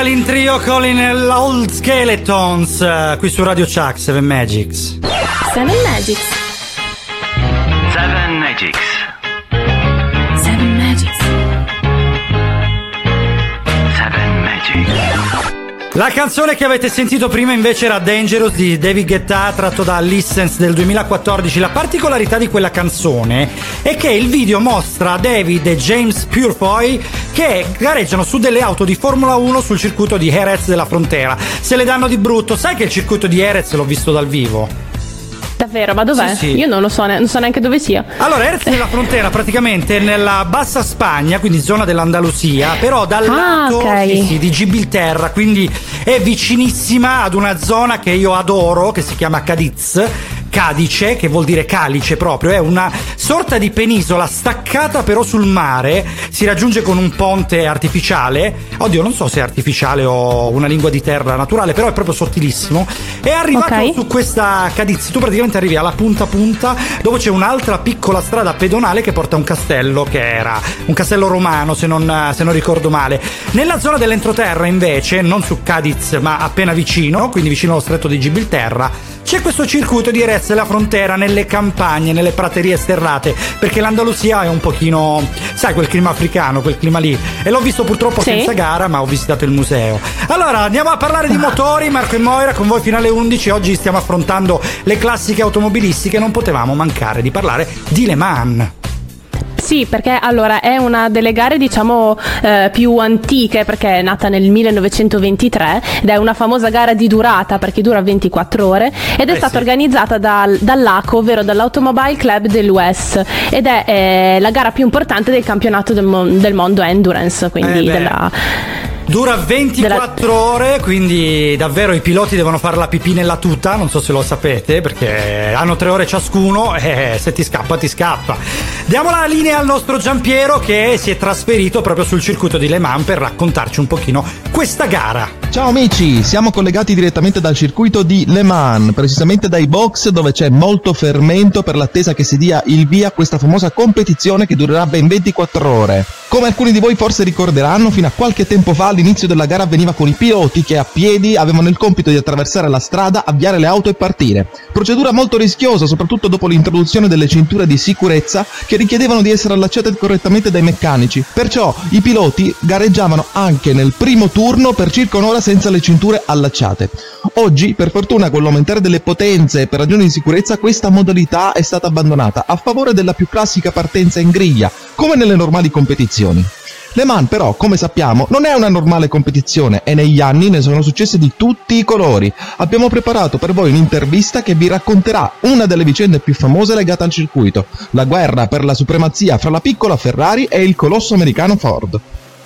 Speaker 1: in trio con il Old Skeletons qui su Radio Chuck, Seven Magics.
Speaker 15: Seven Magics.
Speaker 4: Seven Magics.
Speaker 15: Seven Magics.
Speaker 4: Seven Magics.
Speaker 1: La canzone che avete sentito prima invece era Dangerous di David Guetta, tratto da License del 2014. La particolarità di quella canzone è che il video mostra David e James Purefoy che gareggiano su delle auto di Formula 1 sul circuito di Jerez della Frontera. Se le danno di brutto. Sai che il circuito di Jerez l'ho visto dal vivo?
Speaker 2: Davvero, ma dov'è?
Speaker 1: Sì, sì.
Speaker 2: Io non lo so, non so neanche dove sia.
Speaker 1: Allora, Jerez della Frontera praticamente nella bassa Spagna, quindi zona dell'Andalusia, però dal lato
Speaker 2: ok.
Speaker 1: sì, di Gibilterra, quindi è vicinissima ad una zona che io adoro, che si chiama Cadiz, Cadice, che vuol dire calice proprio, è una sorta di penisola staccata però sul mare, si raggiunge con un ponte artificiale, oddio non so se è artificiale o una lingua di terra naturale, però è proprio sottilissimo, è arrivato su questa Cadiz, tu praticamente arrivi alla punta dove c'è un'altra piccola strada pedonale che porta a un castello che era un castello romano se non ricordo male. Nella zona dell'entroterra invece, non su Cadiz ma appena vicino, quindi vicino allo stretto di Gibilterra, c'è questo circuito di Jerez della Frontera nelle campagne, nelle praterie sterrate, perché l'Andalusia è un pochino, sai, quel clima africano, quel clima lì, e l'ho visto purtroppo senza gara, ma ho visitato il museo. Allora andiamo a parlare di motori. Marco e Moira con voi fino alle 11. Oggi stiamo affrontando le classiche automobilistiche, non potevamo mancare di parlare di Le Mans.
Speaker 2: Sì, perché allora è una delle gare diciamo più antiche, perché è nata nel 1923 ed è una famosa gara di durata perché dura 24 ore ed è stata organizzata dall'ACO, ovvero dall'Automobile Club de l'Ouest, ed è la gara più importante del campionato del mondo endurance, quindi
Speaker 1: Dura 24 ore, quindi davvero i piloti devono fare la pipì nella tuta, non so se lo sapete, perché hanno 3 ore ciascuno e se ti scappa, ti scappa. Diamo la linea al nostro Giampiero che si è trasferito proprio sul circuito di Le Mans per raccontarci un pochino questa gara.
Speaker 12: Ciao amici, siamo collegati direttamente dal circuito di Le Mans, precisamente dai box dove c'è molto fermento per l'attesa che si dia il via a questa famosa competizione che durerà ben 24 ore. Come alcuni di voi forse ricorderanno, fino a qualche tempo fa l'inizio della gara avveniva con i piloti che a piedi avevano il compito di attraversare la strada, avviare le auto e partire. Procedura molto rischiosa, soprattutto dopo l'introduzione delle cinture di sicurezza che richiedevano di essere allacciate correttamente dai meccanici. Perciò i piloti gareggiavano anche nel primo turno per circa un'ora senza le cinture allacciate. Oggi, per fortuna, con l'aumentare delle potenze e per ragioni di sicurezza, questa modalità è stata abbandonata a favore della più classica partenza in griglia, come nelle normali competizioni. Le Mans però, come sappiamo, non è una normale competizione e negli anni ne sono successe di tutti i colori. Abbiamo preparato per voi un'intervista che vi racconterà una delle vicende più famose legate al circuito, la guerra per la supremazia fra la piccola Ferrari e il colosso americano Ford.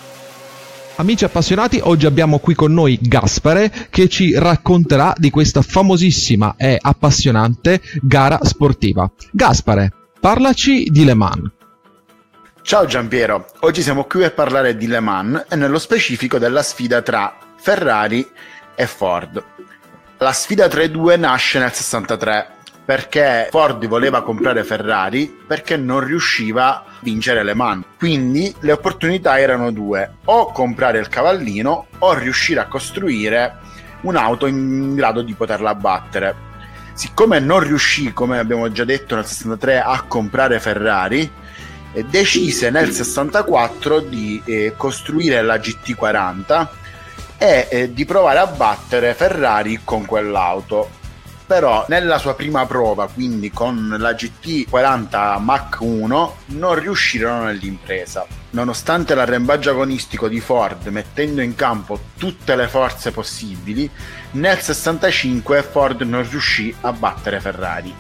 Speaker 12: Amici appassionati, oggi abbiamo qui con noi Gaspare che ci racconterà di questa famosissima e appassionante gara sportiva. Gaspare, parlaci di Le Mans.
Speaker 13: Ciao Giampiero, oggi siamo qui per parlare di Le Mans e nello specifico della sfida tra Ferrari e Ford. La sfida tra i due nasce nel 63 perché Ford voleva comprare Ferrari perché non riusciva a vincere Le Mans. Quindi le opportunità erano due: o comprare il cavallino o riuscire a costruire un'auto in grado di poterla battere. Siccome non riuscì, come abbiamo già detto nel 63, a comprare Ferrari, decise nel 64 di costruire la GT40 e di provare a battere Ferrari con quell'auto. Però nella sua prima prova, quindi con la GT40 Mach 1, non riuscirono nell'impresa. Nonostante l'arrembaggio agonistico di Ford mettendo in campo tutte le forze possibili, nel 65 Ford non riuscì a battere Ferrari.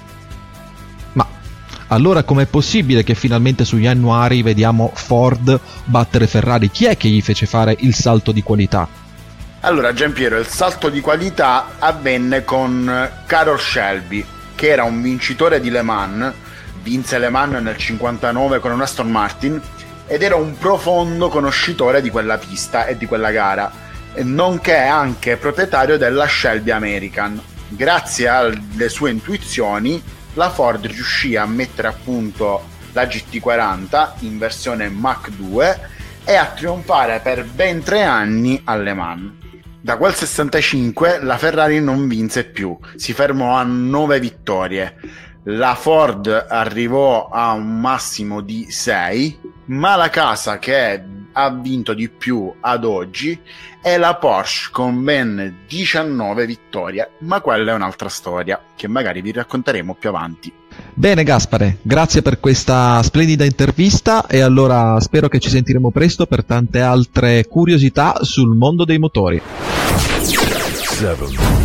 Speaker 12: Allora com'è possibile che finalmente sugli annuari vediamo Ford battere Ferrari? Chi è che gli fece fare il salto di qualità?
Speaker 13: Allora Giampiero, il salto di qualità avvenne con Carroll Shelby, che era un vincitore di Le Mans, vinse Le Mans nel 59 con un Aston Martin ed era un profondo conoscitore di quella pista e di quella gara, nonché anche proprietario della Shelby American. Grazie alle sue intuizioni la Ford riuscì a mettere a punto la GT40 in versione Mach 2 e a trionfare per ben 3 anni a Le Mans. Da quel 65 la Ferrari non vinse più, si fermò a 9 vittorie. La Ford arrivò a un massimo di 6, ma la casa che ha vinto di più ad oggi è la Porsche con ben 19 vittorie, ma quella è un'altra storia che magari vi racconteremo più avanti.
Speaker 12: Bene Gaspare, grazie per questa splendida intervista e allora spero che ci sentiremo presto per tante altre curiosità sul mondo dei motori.
Speaker 17: 7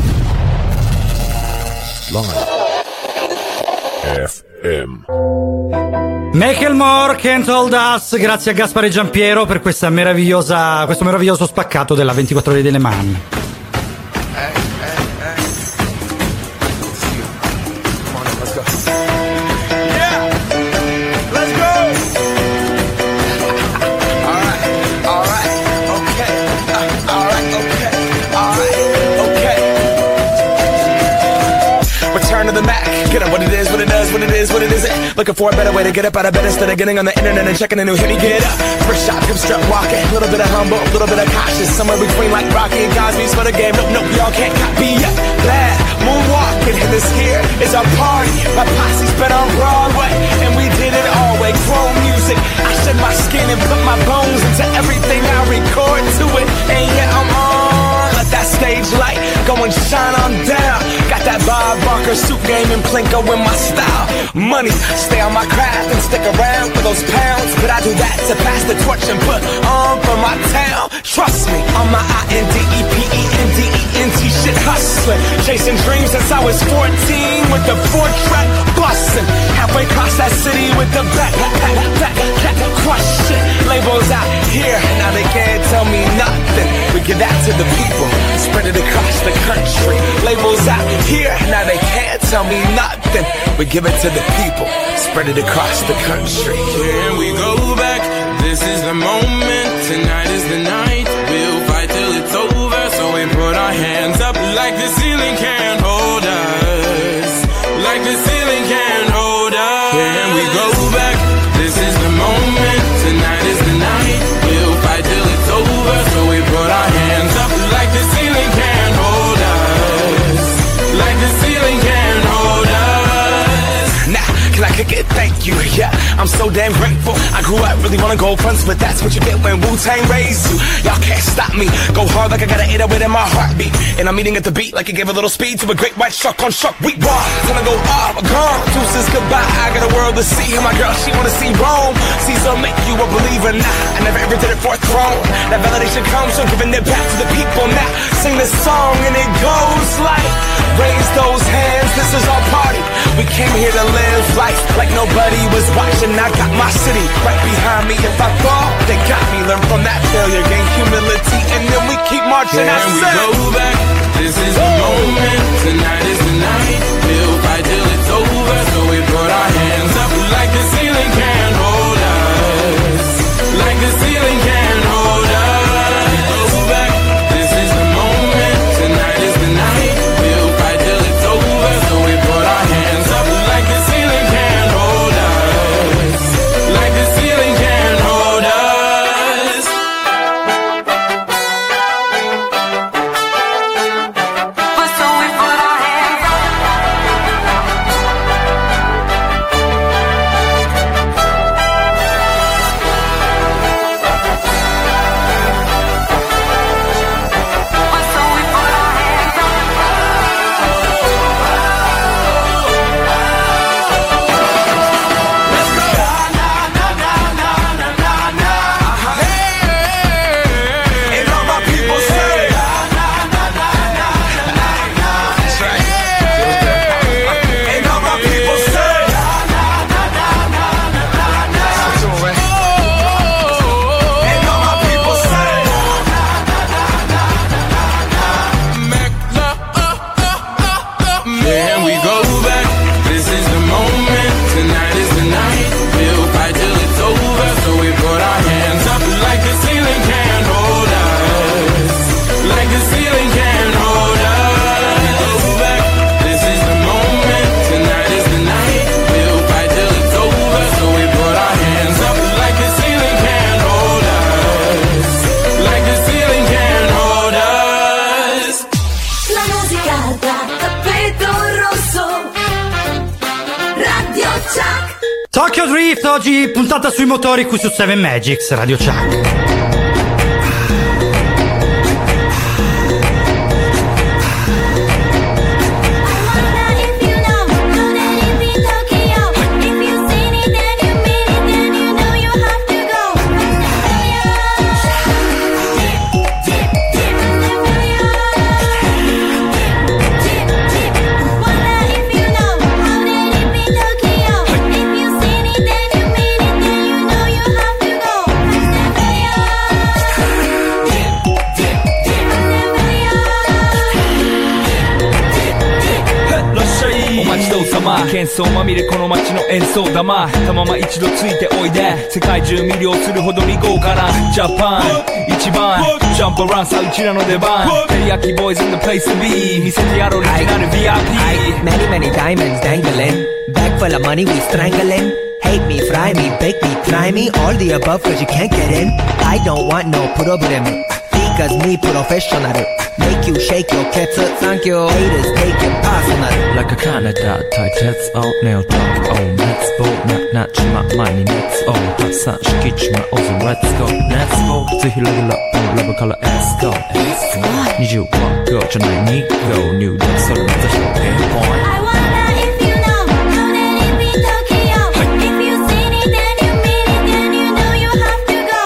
Speaker 17: Live FM.
Speaker 1: Macklemore Can't Hold Us, grazie a Gaspare Giampiero per questo meraviglioso spaccato della 24 ore di Le Mans.
Speaker 18: Get up, what it is, what it does, what it is, what it isn't. Looking for a better way to get up out of bed instead of getting on the internet and checking a new hit. Me get up, first shot, come strut walking. A little bit of humble, a little bit of cautious. Somewhere between like Rocky and Cosby's for the game. Nope, y'all can't copy yet. Glad, moonwalking, and this here is our party. My posse's been on Broadway, and we did it all way. Grown music, I shed my skin and put my bones into everything I record to it. And yeah, I'm on. Let that stage light go and shine on down. Got that Bob Barker suit game and Plinko in my style. Money, stay on my craft and stick around for those pounds. But I do that to pass the torch and put on for my town. Trust me, on my INDEPENDENT shit hustling. Chasing dreams since I was 14 with the 4-track bustin'. Halfway across that city with the back crush shit. Labels out here, now they can't tell me nothing. We give that to the people, spread it across the country. Labels out here, now they can't tell me nothing. We give it to the people, spread it across the country.
Speaker 19: Here we go back, this is the moment, tonight is the night. We'll fight till it's over, so we put our hands up like the ceiling can't hold us. Like the ceiling can't hold us. Here we go back, this is the moment, tonight is the night. We'll fight till it's over, so we put our hands up like the ceiling can't hold us. Like the ceiling can't hold us.
Speaker 18: Now, can I kick it? Thank you, yeah, I'm so damn grateful. I grew up really wanna go fronts, but that's what you get when Wu-Tang raised you. Y'all can't stop me, go hard like I got an 808 in my heartbeat. And I'm eating at the beat like it gave a little speed to a great white shark on shark week. Raw, gonna go off, gone, deuces goodbye. I got a world to see, and my girl, she wanna see Rome. Caesar make you a believer, nah, I never ever did it for a throne. That validation comes from giving it back to the people. Now, sing this song and it goes like, raise those hands, this is our party. We came here to live life like nobody was watching. I got my city right behind me. If I fall, they got me. Learn from that failure, gain humility, and then we keep marching.
Speaker 19: Here we go back, this is the moment, tonight is the night. We'll fight till it's over, so we put our hands up like the ceiling can't hold us. Like the ceiling can't hold us. Go back, this is the moment, tonight is the night. We'll fight till it's over, so we put our hands up like the ceiling can't hold us. Like the ceiling can't hold us.
Speaker 9: So we put our hands up.
Speaker 1: Drift, oggi puntata sui motori qui su 7 Magics, Radio Chuck.
Speaker 20: 人様喧騒まみれこの街の演奏玉たまま一度ついておいで世界中魅了するほどに豪華なジャパン一番ジャンプアランさうちらの出番テリヤキボーイズ in the place to be 見せてやろうオリジナル VIP
Speaker 21: Many many diamonds dangling Bag full of money we strangling Hate me, fry me, bake me, try me All the above cause you can't get in I don't want no problem Because me professional Make you shake your cats Thank you Haters take it personal
Speaker 20: Like a Canada tight heads out nail talk Oh let's go not 나 많이 let's go 합산 시키지마 어서 let's go let's go 더 힐러기 러브 러브 컬러 let's go let's go need you want go 전화에 need go new dance 소리 맞아 show game point I wanna if you know know that it be Tokyo if you seen it then you mean it then you know you have to go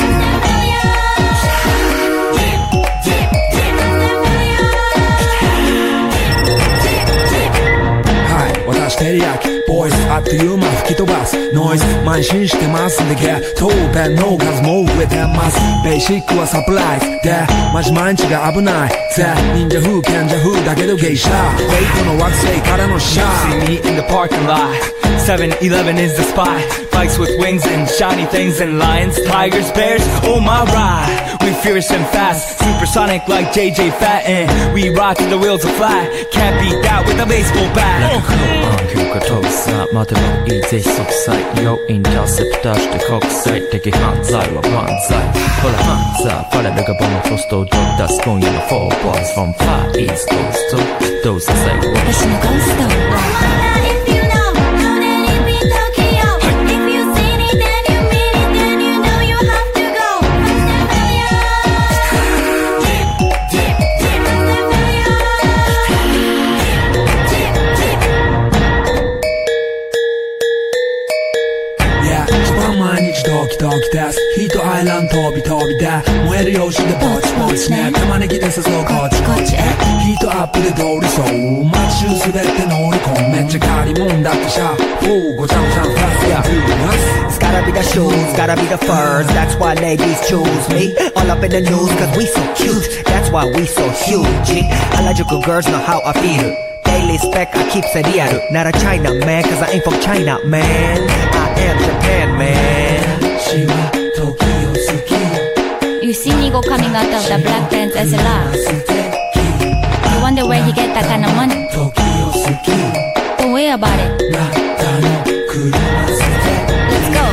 Speaker 18: 私テリヤキボイスあっという間吹き飛ばすノイズ慢心してますんでゲットペンの数も増えてますベーシックはサプライズでマジ毎日が危ないぜ忍者風賢者風だけど芸者ウェイトの惑星からのシャー See me in the parking lot 7-Eleven is the spot Bikes with wings and shiny things and lions, tigers, bears, oh my ride We fierce and fast, supersonic like JJ Fatten We ride till the wheels are flat Can't beat that with a baseball bat 교가 토사 마드로 이제 속사이 Yo 인터셉터 시대 국사이 되게 한자이와 반사이 홀라 한자 빨래가 보면 토스도 that's going in the 4 boys from Far East Coast to those that say私のゴーストドキですヒートアイランド飛び飛びで燃えるようしてぼちぼちね玉ねぎで誘うこっちこっちへヒートアップで通りそう街中滑って乗り込むめっちゃ借りもんだってシャーごちゃごちゃファスや It's gotta be the shoes, gotta be the furs That's why ladies choose me All up in the news cause we so cute That's why we so huge Harajuku girls know how I feel Daily spec I keep it real Not a China man cause I ain't from China man I am Japan man
Speaker 22: You see Nigo coming out of the black pants as a laugh You wonder where he get that kind of money Don't worry about it Let's go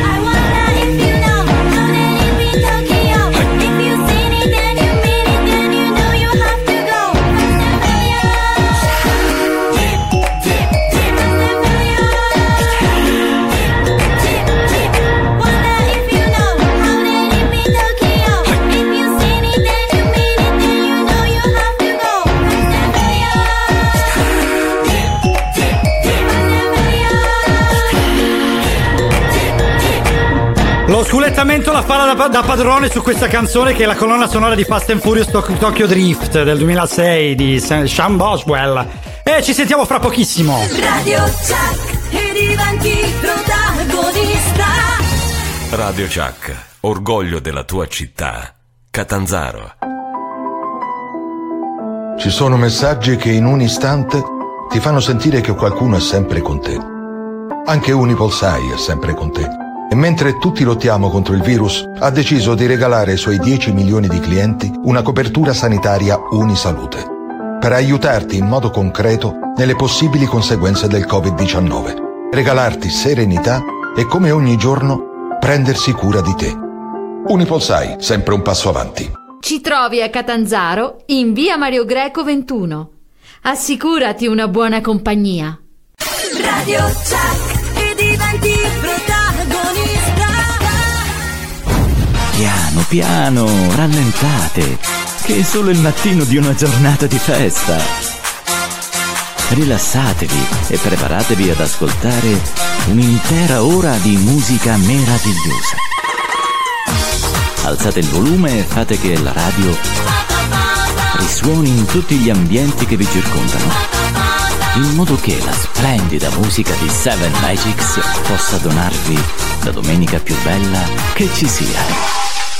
Speaker 1: Lo sculettamento la fa da padrone su questa canzone che è la colonna sonora di Fast and Furious Tokyo Drift del 2006 di Sean Boswell. E ci sentiamo fra pochissimo.
Speaker 9: Radio Chuck e diventi protagonista.
Speaker 14: Radio Chuck, orgoglio della tua città. Catanzaro.
Speaker 17: Ci sono messaggi che in un istante ti fanno sentire che qualcuno è sempre con te. Anche UnipolSai è sempre con te. E mentre tutti lottiamo contro il virus, ha deciso di regalare ai suoi 10 milioni di clienti una copertura sanitaria Unisalute, per aiutarti in modo concreto nelle possibili conseguenze del Covid-19, regalarti serenità e, come ogni giorno, prendersi cura di te. UnipolSai, sempre un passo avanti.
Speaker 23: Ci trovi a Catanzaro, in via Mario Greco 21. Assicurati una buona compagnia.
Speaker 9: Radio Chuck e diventi protagonista.
Speaker 3: Piano, piano, rallentate, che è solo il mattino di una giornata di festa. Rilassatevi e preparatevi ad ascoltare un'intera ora di musica meravigliosa. Alzate il volume e fate che la radio risuoni in tutti gli ambienti che vi circondano, in modo che la splendida musica di Seven Magics possa donarvi la domenica più bella che ci sia.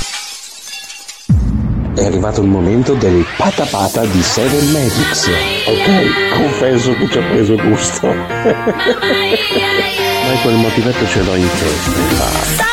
Speaker 5: È arrivato il momento del patapata di Seven Magics. Ok, confesso che ci ha preso gusto. Ma quel motivetto ce l'ho in testa.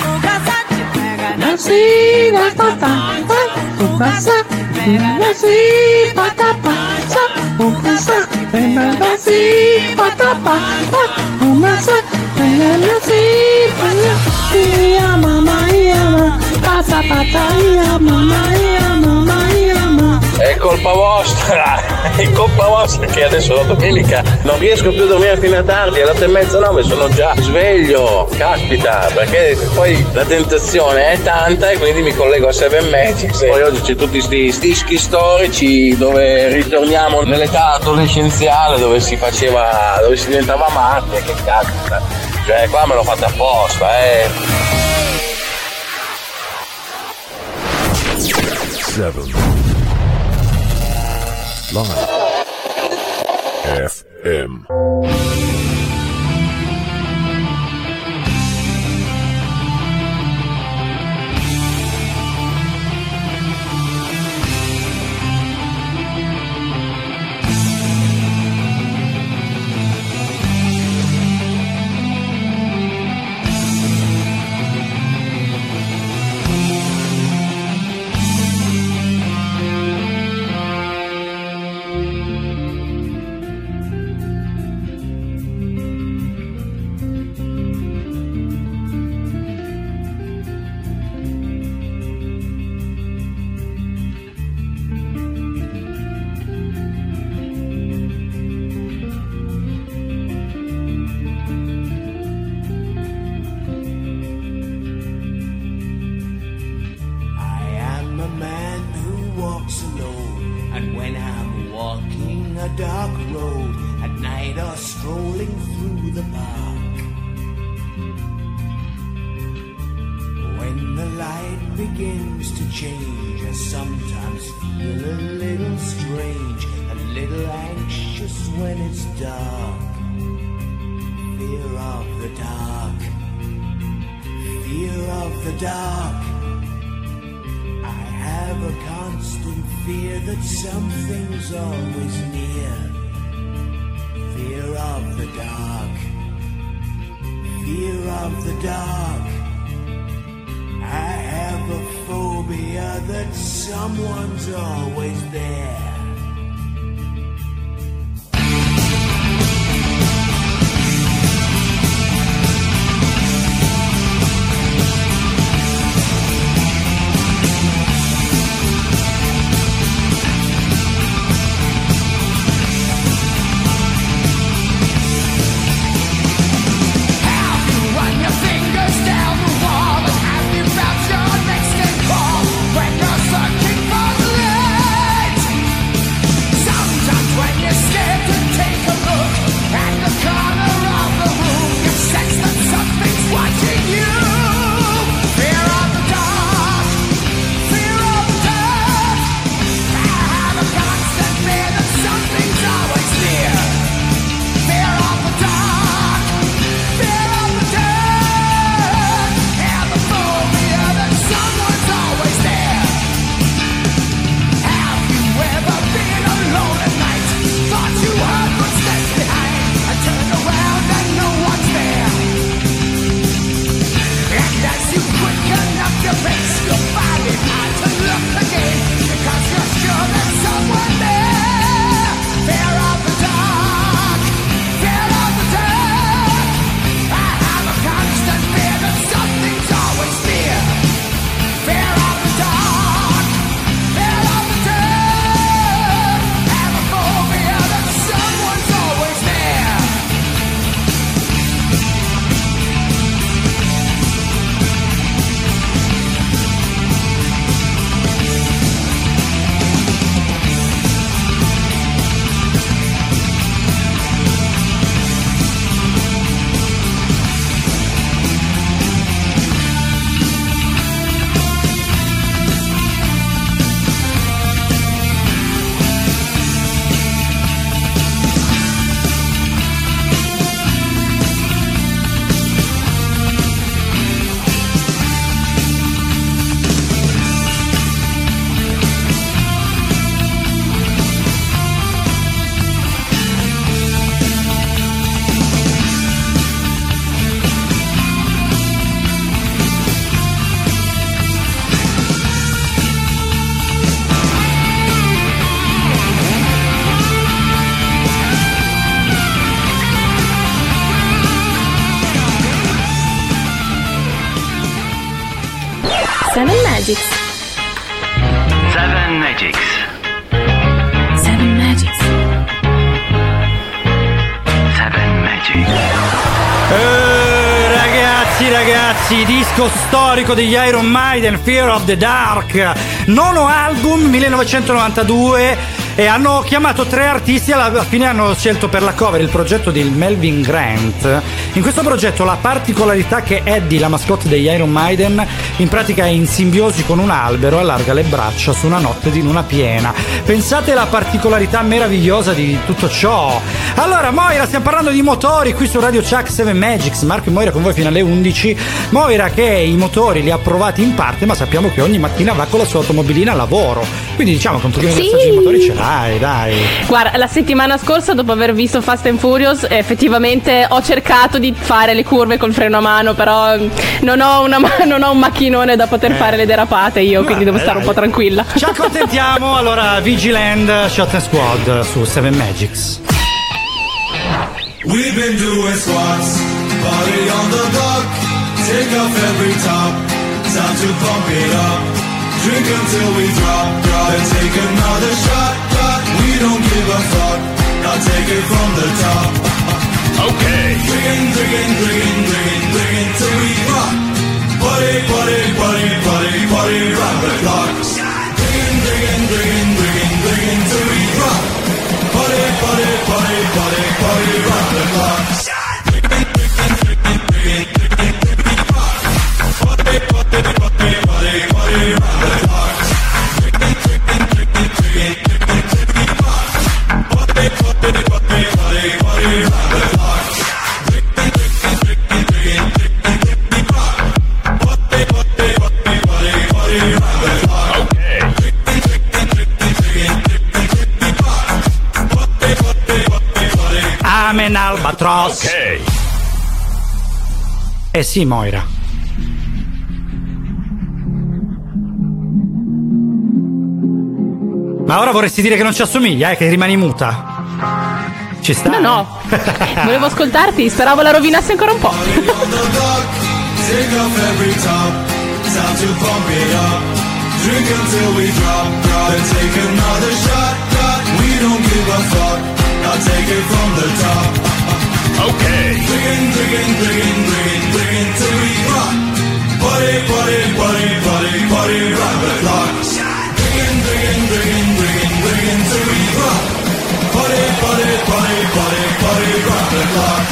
Speaker 5: È colpa vostra, è colpa vostra che adesso la domenica non riesco più a dormire fino a tardi, alle 8:30, 9 sono già sveglio, caspita, perché poi la tentazione è tanta e quindi mi collego a Seven Magics. Poi oggi c'è tutti sti dischi storici dove ritorniamo nell'età adolescenziale, dove si diventava matti, che caspita, cioè qua me l'ho fatta apposta,
Speaker 10: Seven Live FM.
Speaker 7: When you're searching for the light,
Speaker 15: Seven Magics.
Speaker 4: Seven Magics.
Speaker 15: Seven Magics.
Speaker 4: Seven Magics.
Speaker 1: Ragazzi, disco storico degli Iron Maiden, Fear of the Dark, nono album, 1992. E hanno chiamato 3 artisti, alla fine hanno scelto per la cover il progetto di Melvin Grant. In questo progetto la particolarità che Eddie, la mascotte degli Iron Maiden, in pratica è in simbiosi con un albero e allarga le braccia su una notte di luna piena. Pensate alla particolarità meravigliosa di tutto ciò. Allora Moira, stiamo parlando di motori qui su Radio Chuck 7 Magics. Marco e Moira con voi fino alle 11. Moira che i motori li ha provati in parte, ma sappiamo che ogni mattina va con la sua automobilina a lavoro, quindi diciamo che un pochino di assaggio di motori ce l'ha. Dai.
Speaker 2: Guarda, la settimana scorsa, dopo aver visto Fast and Furious, effettivamente ho cercato di fare le curve col freno a mano, però non ho un macchinone da poter fare le derapate io, quindi devo stare un po' tranquilla.
Speaker 1: Ci accontentiamo. Allora, Vigiland, Shot and Squad su 7 Magics.
Speaker 7: We've been doing squats, body on the block, take off every top, time to pump it up. Drink until we drop, and take another shot, we don't give a fuck, I'll take it from the top. Okay. Drinking till we rock, party, rock the clock. Drinking till we rock, party, rock the clock.
Speaker 1: Amen Albatross.
Speaker 7: Ok.
Speaker 1: Eh sì, Moira. Ma ora vorresti dire che non ci assomiglia, che rimani muta? Ci sta?
Speaker 2: No. Volevo ascoltarti, speravo la rovinassi ancora un po'.
Speaker 7: Drink until we drop, and take another shot, we don't give a fuck, I'll take it from the top. Okay. Drinking till we rock, party, rock the clock. Drinking till we rock, party, rock the clock.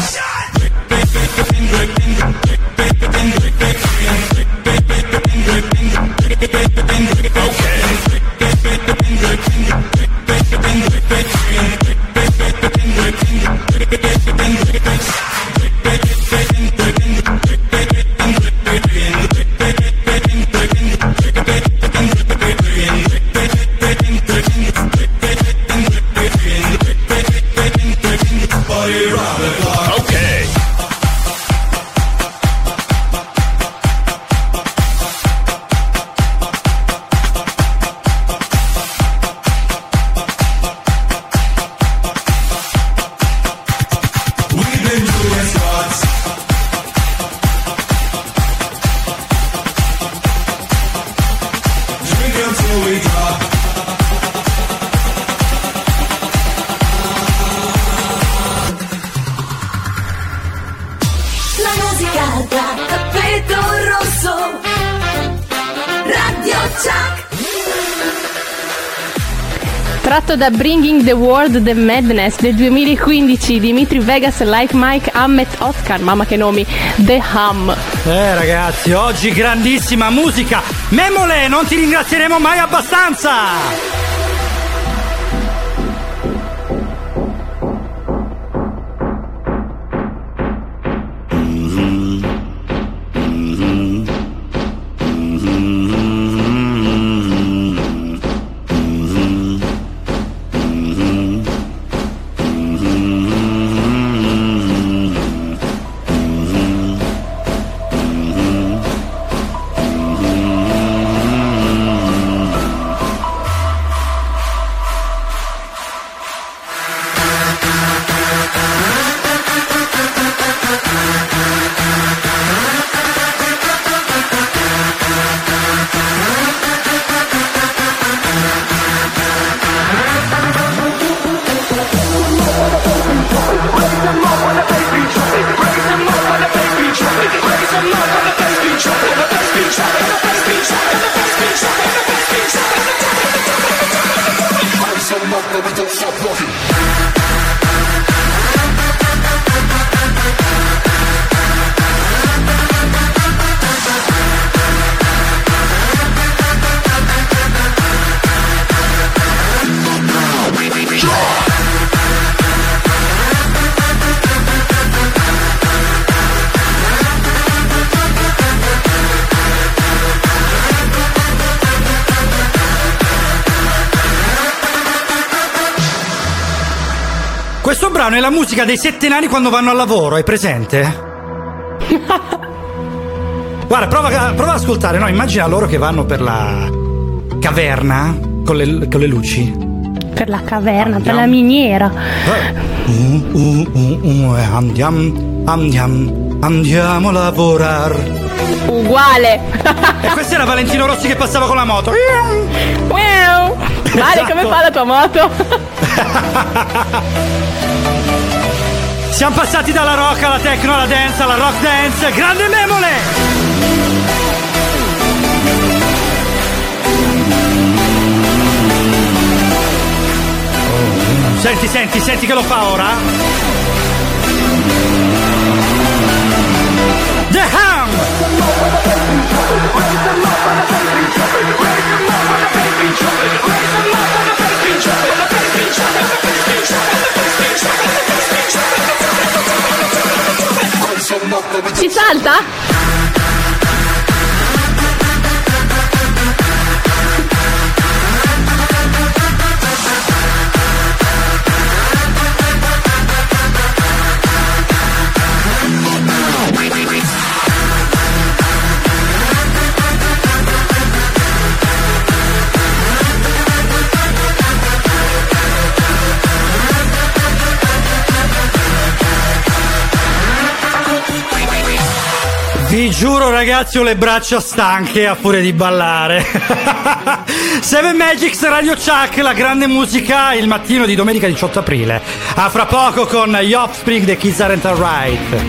Speaker 2: Tratto da Bringing the World the Madness del 2015, Dimitri Vegas, Like Mike, Ahmet Özkan, mamma che nomi, The Hum.
Speaker 1: Ragazzi, oggi grandissima musica. Memole, non ti ringrazieremo mai abbastanza. brano è la musica dei 7 nani quando vanno al lavoro, hai presente? Guarda, prova ad ascoltare, no? Immagina loro che vanno per la caverna con le luci.
Speaker 2: Per la caverna, per la miniera.
Speaker 1: Andiamo a lavorare.
Speaker 2: Uguale.
Speaker 1: E questo era Valentino Rossi che passava con la moto.
Speaker 2: Vale,
Speaker 1: Esatto.
Speaker 2: come fa la tua moto?
Speaker 1: Siamo passati dalla rock alla techno, alla dance, alla rock dance. Grande memole! Senti che lo fa ora. The Ham!
Speaker 2: Si salta?
Speaker 1: Vi giuro ragazzi, ho le braccia stanche a furia di ballare. Seven Magics, Radio Chuck, la grande musica, il mattino di domenica 18 aprile. A fra poco con gli Offspring, The Kids Aren't Alright.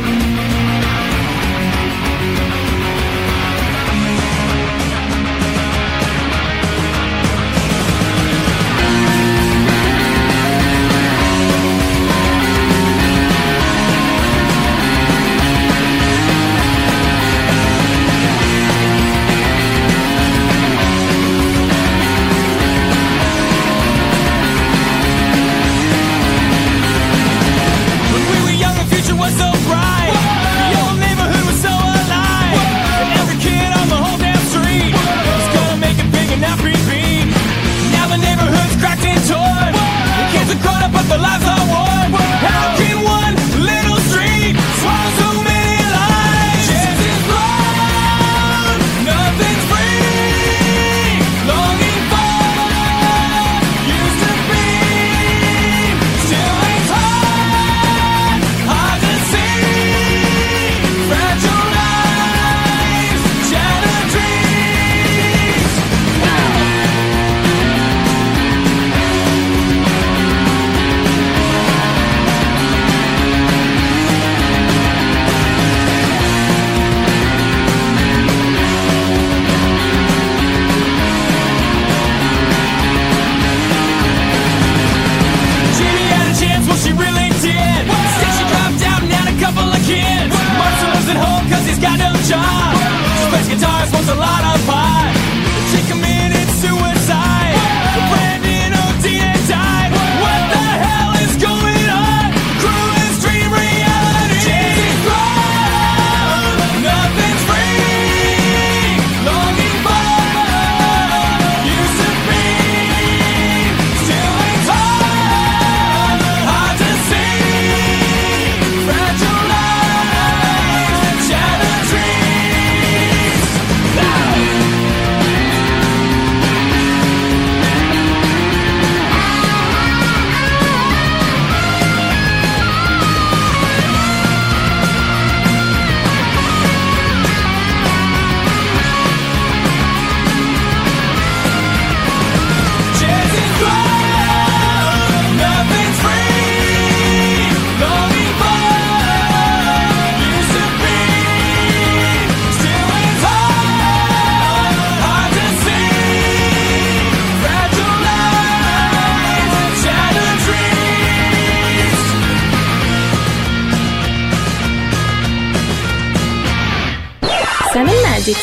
Speaker 2: Seven Magics.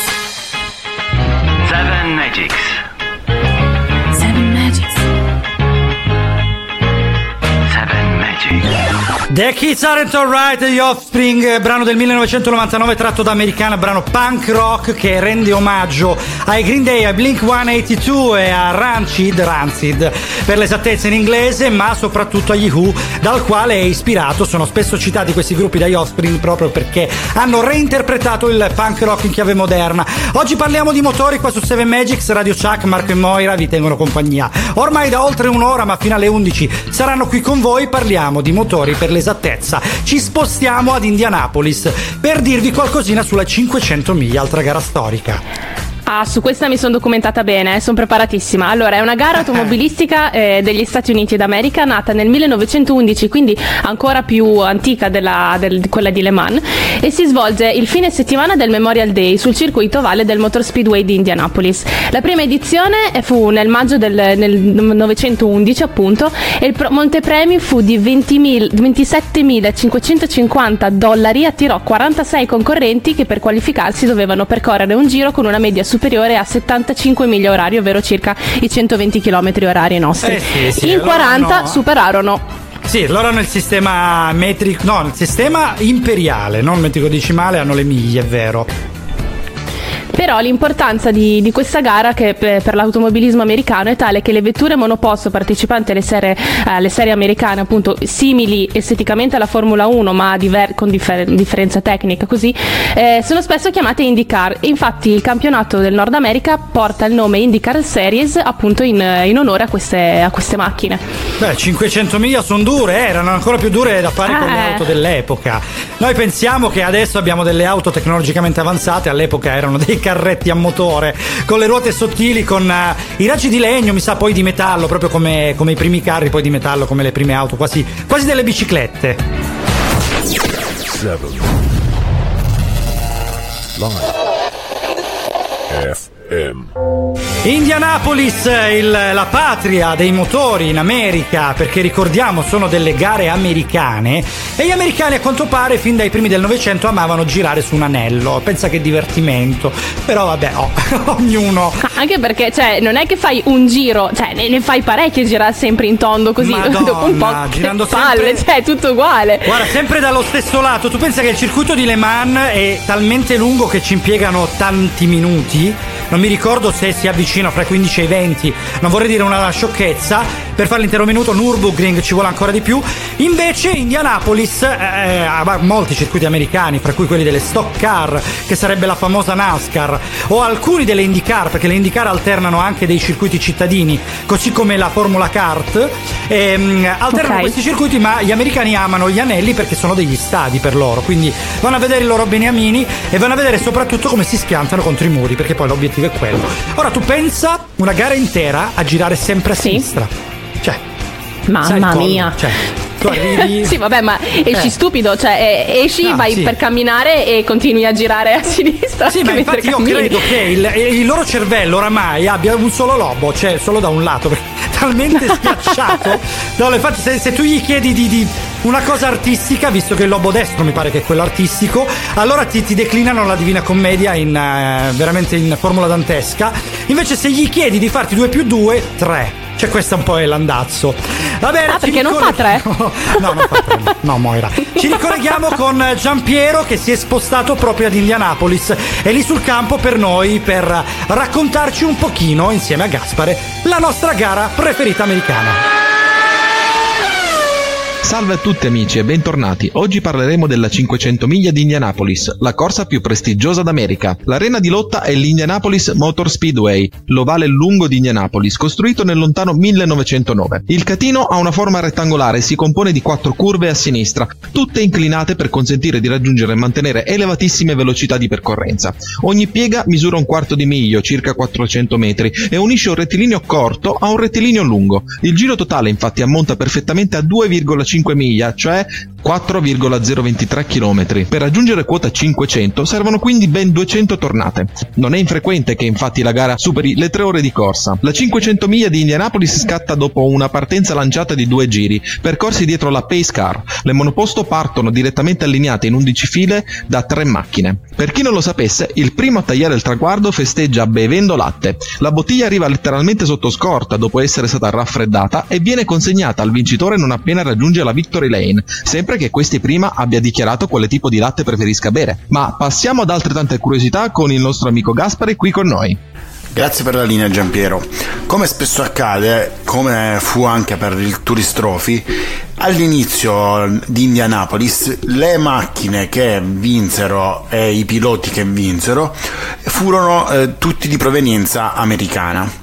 Speaker 4: Seven Magics.
Speaker 2: Seven Magics.
Speaker 4: Seven Magics.
Speaker 1: The Kids Aren't Alright, The Offspring, brano del 1999 tratto da Americana, brano punk rock che rende omaggio ai Green Day, a Blink-182 e a Rancid per l'esattezza in inglese, ma soprattutto agli Who, dal quale è ispirato. Sono spesso citati questi gruppi dagli Offspring proprio perché hanno reinterpretato il punk rock in chiave moderna. Oggi parliamo di motori qua su 7 Magics, Radio Chuck, Marco e Moira vi tengono compagnia ormai da oltre un'ora, ma fino alle 11 saranno qui con voi. Parliamo di motori per l'esattezza. Ci spostiamo ad Indianapolis per dirvi qualcosina sulla 500 miglia, altra gara storica.
Speaker 2: Ah, su questa mi sono documentata bene, sono preparatissima. Allora, è una gara automobilistica degli Stati Uniti d'America, nata nel 1911, quindi ancora più antica di quella di Le Mans, e si svolge il fine settimana del Memorial Day sul circuito ovale del Motor Speedway di Indianapolis. La prima edizione fu nel maggio nel 1911, appunto, e il montepremi fu di $27.550, attirò 46 concorrenti che per qualificarsi dovevano percorrere un giro con una media superiore a 75 miglia orarie, ovvero circa i 120 km orari nostri. In 40 superarono.
Speaker 1: Sì, loro hanno il sistema metrico, no, il sistema imperiale, non metrico decimale, hanno le miglie, è vero.
Speaker 2: Però l'importanza di questa gara, che per l'automobilismo americano, è tale che le vetture monoposto partecipanti alle serie americane, appunto simili esteticamente alla Formula 1 ma con differenza tecnica, così sono spesso chiamate IndyCar. Infatti il campionato del Nord America porta il nome IndyCar Series, appunto in onore a queste macchine.
Speaker 1: Beh, 500 miglia sono dure, erano ancora più dure da fare con le auto dell'epoca. Noi pensiamo che adesso abbiamo delle auto tecnologicamente avanzate, all'epoca erano dei carretti a motore con le ruote sottili, con i raggi di legno, mi sa, poi di metallo, proprio come i primi carri, poi di metallo come le prime auto, quasi delle biciclette.
Speaker 6: 7 Live FM.
Speaker 1: Indianapolis, la patria dei motori in America, perché ricordiamo sono delle gare americane e gli americani a quanto pare fin dai primi del Novecento amavano girare su un anello. Pensa che divertimento, però vabbè, ognuno.
Speaker 2: Anche perché non è che fai un giro, ne fai parecchie girare sempre in tondo così.
Speaker 1: Madonna,
Speaker 2: dopo un po'
Speaker 1: girando
Speaker 2: palle,
Speaker 1: sempre,
Speaker 2: tutto uguale.
Speaker 1: Guarda, sempre dallo stesso lato. Tu pensa che il circuito di Le Mans è talmente lungo che ci impiegano tanti minuti, non mi ricordo se si avvicina fra i 15 e i 20, non vorrei dire una sciocchezza, per fare l'intero minuto. Nürburgring ci vuole ancora di più. Invece Indianapolis ha molti circuiti americani, fra cui quelli delle stock car, che sarebbe la famosa NASCAR, o alcuni delle IndyCar, perché le IndyCar alternano anche dei circuiti cittadini, così come la Formula Kart, alternano questi circuiti, ma gli americani amano gli anelli perché sono degli stadi per loro, quindi vanno a vedere i loro beniamini e vanno a vedere soprattutto come si schiantano contro i muri, perché poi l'obiettivo è quello. Ora tu pensa una gara intera a girare sempre a sinistra,
Speaker 2: mamma mia,
Speaker 1: tu arrivi.
Speaker 2: Sì, vabbè, ma esci stupido, esci, vai per camminare e continui a girare a sinistra.
Speaker 1: Sì, ma infatti io credo che il loro cervello oramai abbia un solo lobo, cioè solo da un lato, perché è talmente schiacciato. No, infatti se tu gli chiedi di una cosa artistica, visto che il lobo destro mi pare che è quello artistico, allora ti declinano la Divina Commedia veramente in formula dantesca. Invece se gli chiedi di farti 2 più 2, 3. Cioè questo un po' è l'andazzo. Va bene,
Speaker 2: perché non fa 3?
Speaker 1: No, non fa 3. No, Moira. Ci ricolleghiamo con Giampiero, che si è spostato proprio ad Indianapolis, è lì sul campo per noi per raccontarci un pochino, insieme a Gaspare, la nostra gara preferita americana.
Speaker 12: Salve a tutti amici e bentornati. Oggi parleremo della 500 miglia di Indianapolis, la corsa più prestigiosa d'America. L'arena di lotta è l'Indianapolis Motor Speedway, l'ovale lungo di Indianapolis, costruito nel lontano 1909. Il catino ha una forma rettangolare e si compone di 4 curve a sinistra, tutte inclinate per consentire di raggiungere e mantenere elevatissime velocità di percorrenza. Ogni piega misura un quarto di miglio, circa 400 metri, e unisce un rettilineo corto a un rettilineo lungo. Il giro totale infatti ammonta perfettamente a 2,5 miglia, cioè 4,023 km. Per raggiungere quota 500 servono quindi ben 200 tornate. Non è infrequente che infatti la gara superi le 3 ore di corsa. La 500 miglia di Indianapolis scatta dopo una partenza lanciata di 2 giri, percorsi dietro la pace car. Le monoposto partono direttamente allineate in 11 file da 3 macchine. Per chi non lo sapesse, il primo a tagliare il traguardo festeggia bevendo latte. La bottiglia arriva letteralmente sotto scorta dopo essere stata raffreddata e viene consegnata al vincitore non appena raggiunge la Victory Lane, sempre sempre che questi prima abbia dichiarato quale tipo di latte preferisca bere. Ma passiamo ad altre tante curiosità con il nostro amico Gaspare qui con noi.
Speaker 13: Grazie per la linea Giampiero. Come spesso accade, come fu anche per il Tourist Trophy, all'inizio di Indianapolis le macchine che vinsero e i piloti che vinsero furono tutti di provenienza americana.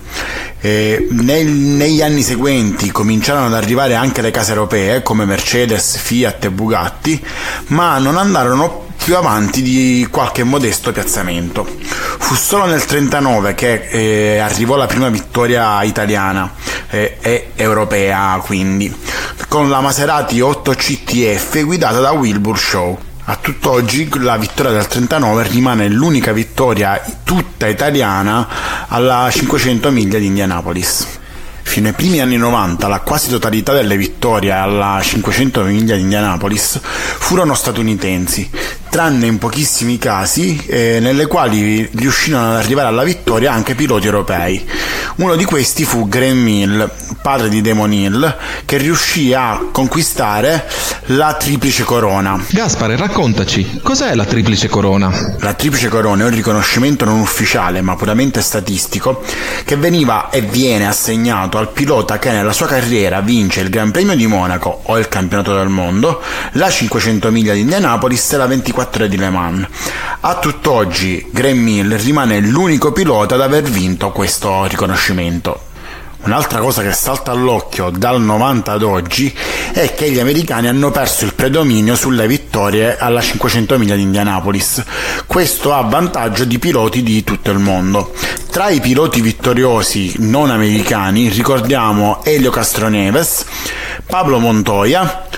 Speaker 13: Negli anni seguenti cominciarono ad arrivare anche le case europee come Mercedes, Fiat e Bugatti, ma non andarono più avanti di qualche modesto piazzamento. Fu solo nel 1939 che arrivò la prima vittoria italiana e europea, quindi con la Maserati 8 CTF guidata da Wilbur Shaw. A tutt'oggi la vittoria del 39 rimane l'unica vittoria tutta italiana alla 500 miglia di Indianapolis. Fino ai primi anni 90 la quasi totalità delle vittorie alla 500 miglia di Indianapolis furono statunitensi, tranne in pochissimi casi nelle quali riuscirono ad arrivare alla vittoria anche piloti europei. Uno di questi fu Graham Hill, padre di Damon Hill, che riuscì a conquistare la triplice corona.
Speaker 12: Gaspare, raccontaci, cos'è la triplice corona?
Speaker 13: La triplice corona è un riconoscimento non ufficiale ma puramente statistico che veniva e viene assegnato al pilota che nella sua carriera vince il Gran Premio di Monaco o il Campionato del Mondo, la 500 miglia di Indianapolis e la 24 ore di Le Mans. A tutt'oggi Graham Hill rimane l'unico pilota ad aver vinto questo riconoscimento. Un'altra cosa che salta all'occhio dal 90 ad oggi è che gli americani hanno perso il predominio sulle vittorie alla 500 miglia di Indianapolis. Questo a vantaggio di piloti di tutto il mondo. Tra i piloti vittoriosi non americani ricordiamo Helio Castroneves, Pablo Montoya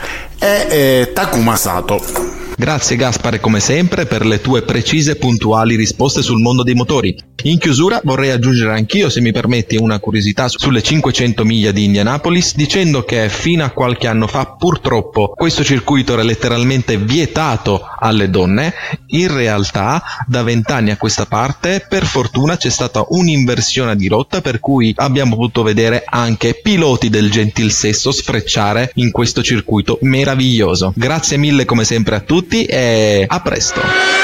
Speaker 13: e Takuma Sato.
Speaker 12: Grazie Gaspare come sempre per le tue precise e puntuali risposte sul mondo dei motori. In chiusura vorrei aggiungere anch'io, se mi permetti, una curiosità sulle 500 miglia di Indianapolis, dicendo che fino a qualche anno fa purtroppo questo circuito era letteralmente vietato alle donne. In realtà da 20 anni a questa parte per fortuna c'è stata un'inversione di rotta, per cui abbiamo potuto vedere anche piloti del gentil sesso sfrecciare in questo circuito meraviglioso. Grazie mille come sempre a tutti e a presto.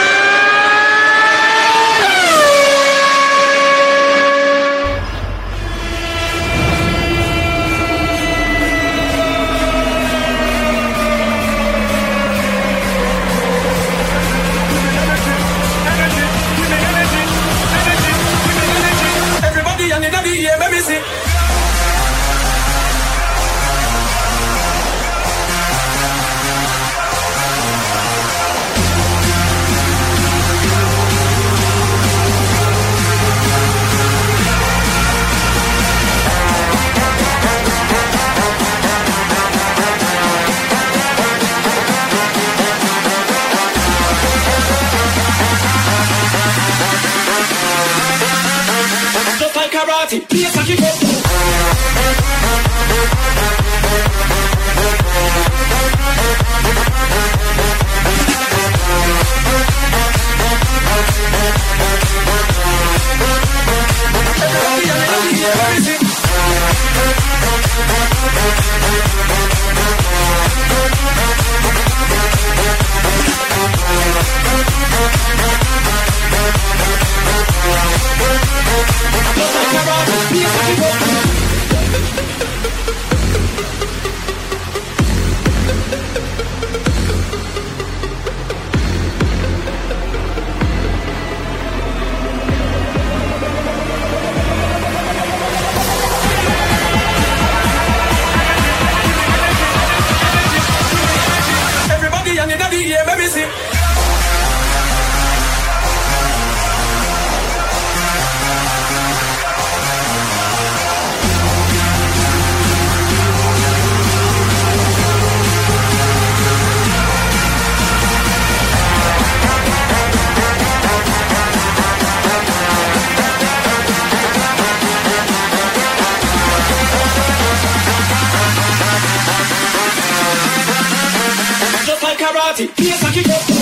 Speaker 7: karate, yes, I kick up.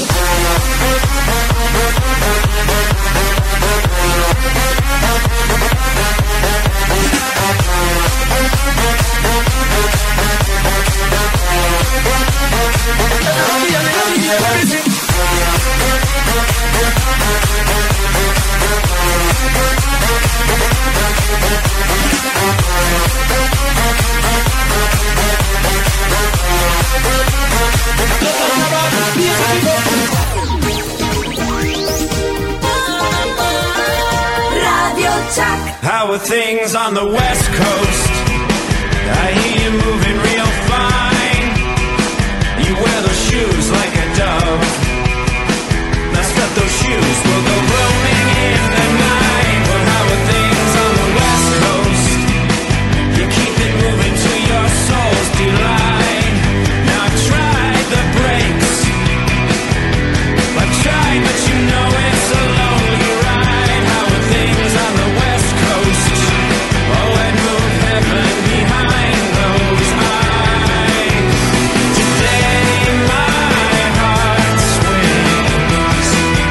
Speaker 9: Chuck.
Speaker 7: How are things on the West Coast? I hear you moving real fine. You wear those shoes like a dove. Now stuff those shoes, we'll go roaming in the night. Well, how are things on the West Coast? You keep it moving to your soul's delight. Now I've tried the brakes. I've tried, but you know it's a lonely ride. How are things on the West Coast? Oh, I'd move heaven behind those eyes. Today my heart swings.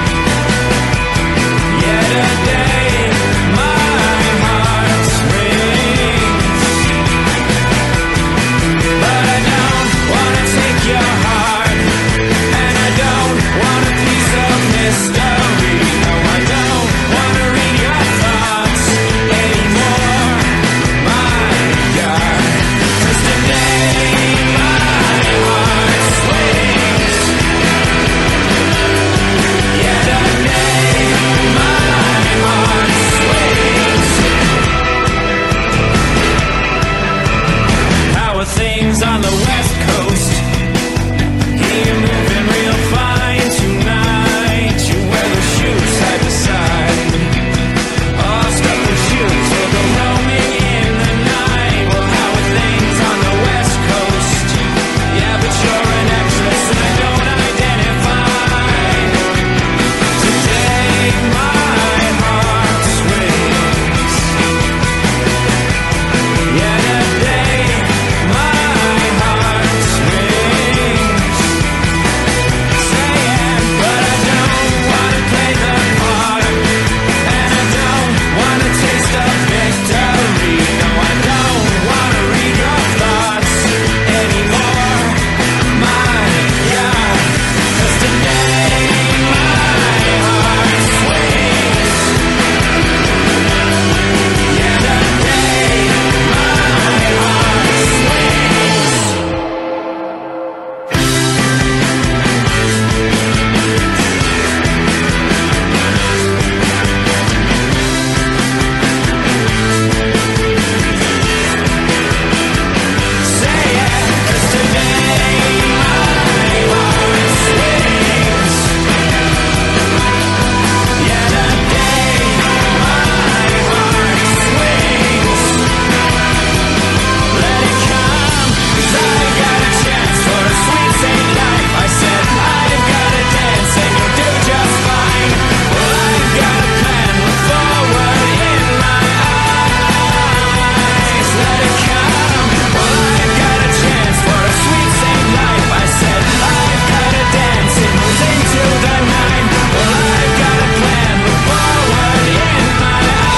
Speaker 7: Yeah, today my heart swings. But I don't wanna take your heart, and I don't want a piece of history. No, I don't wanna read your thoughts anymore. My God, 'cause today my heart swings. Yeah, today my heart swings. How are things on the West Coast? Hear you moving real fine tonight. You wear those shoes side to side. Oh, stuff the shoes, we'll go roaming in the night. Well, how are things on the West Coast? Yeah, but you're an actress and I don't identify. Today my heart swings. Yeah, today my heart swings. Saying, but I don't wanna play the part, and I don't wanna taste of victory. No, I don't wanna read your thoughts anymore. My God, 'cause today my heart swings. Yeah, today my heart swings. Say it, 'cause today my heart swings. Yeah, today my heart swings. Let it come, 'cause I got a chance for a sweet same life. I said I've got to dance and you'll do just fine. Well, I've got a plan, look forward in my eyes. Let it come, well, I've got a chance for a sweet same life. I said I've got to dance, it moves into the night. Well, I've got a plan, look forward in my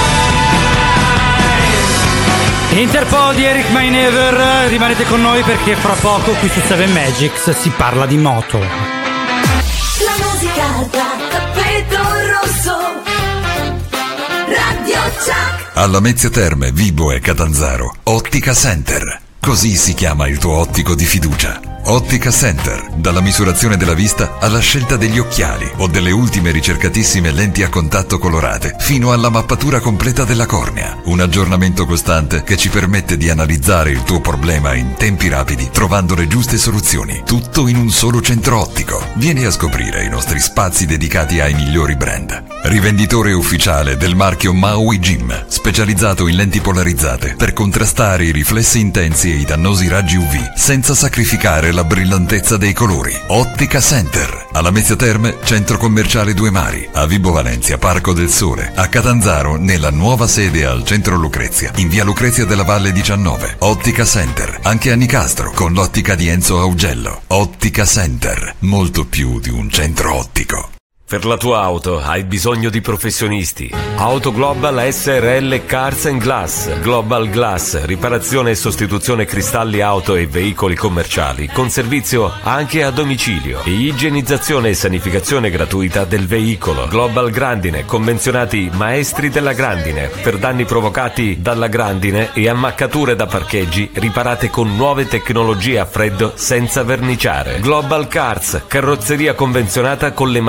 Speaker 7: eyes.
Speaker 1: Interpol di Eric Meinever, rimanete con noi perché fra poco qui su 7 Magics si parla di moto.
Speaker 9: La musica da tappeto rosso. Radio Chuck.
Speaker 14: Alla Lamezia Terme, Vibo e Catanzaro, Ottica Center. Così si chiama il tuo ottico di fiducia. Ottica Center, dalla misurazione della vista alla scelta degli occhiali o delle ultime ricercatissime lenti a contatto colorate, fino alla mappatura completa della cornea. Un aggiornamento costante che ci permette di analizzare il tuo problema in tempi rapidi, trovando le giuste soluzioni. Tutto in un solo centro ottico. Vieni a scoprire i nostri spazi dedicati ai migliori brand. Rivenditore ufficiale del marchio Maui Jim, specializzato in lenti polarizzate per contrastare i riflessi intensi e i dannosi raggi UV, senza sacrificare la brillantezza dei colori. Ottica Center, alla Lamezia Terme, centro commerciale Due Mari, a Vibo Valencia, Parco del Sole, a Catanzaro, nella nuova sede al centro Lucrezia, in via Lucrezia della Valle 19. Ottica Center, anche a Nicastro, con l'ottica di Enzo Augello. Ottica Center, molto più di un centro ottico.
Speaker 8: Per la tua auto hai bisogno di professionisti. Auto Global SRL Cars and Glass. Global Glass, riparazione e sostituzione cristalli auto e veicoli commerciali, con servizio anche a domicilio e igienizzazione e sanificazione gratuita del veicolo. Global Grandine, convenzionati maestri della grandine, per danni provocati dalla grandine e ammaccature da parcheggi riparate con nuove tecnologie a freddo senza verniciare. Global Cars, carrozzeria convenzionata con le maggiori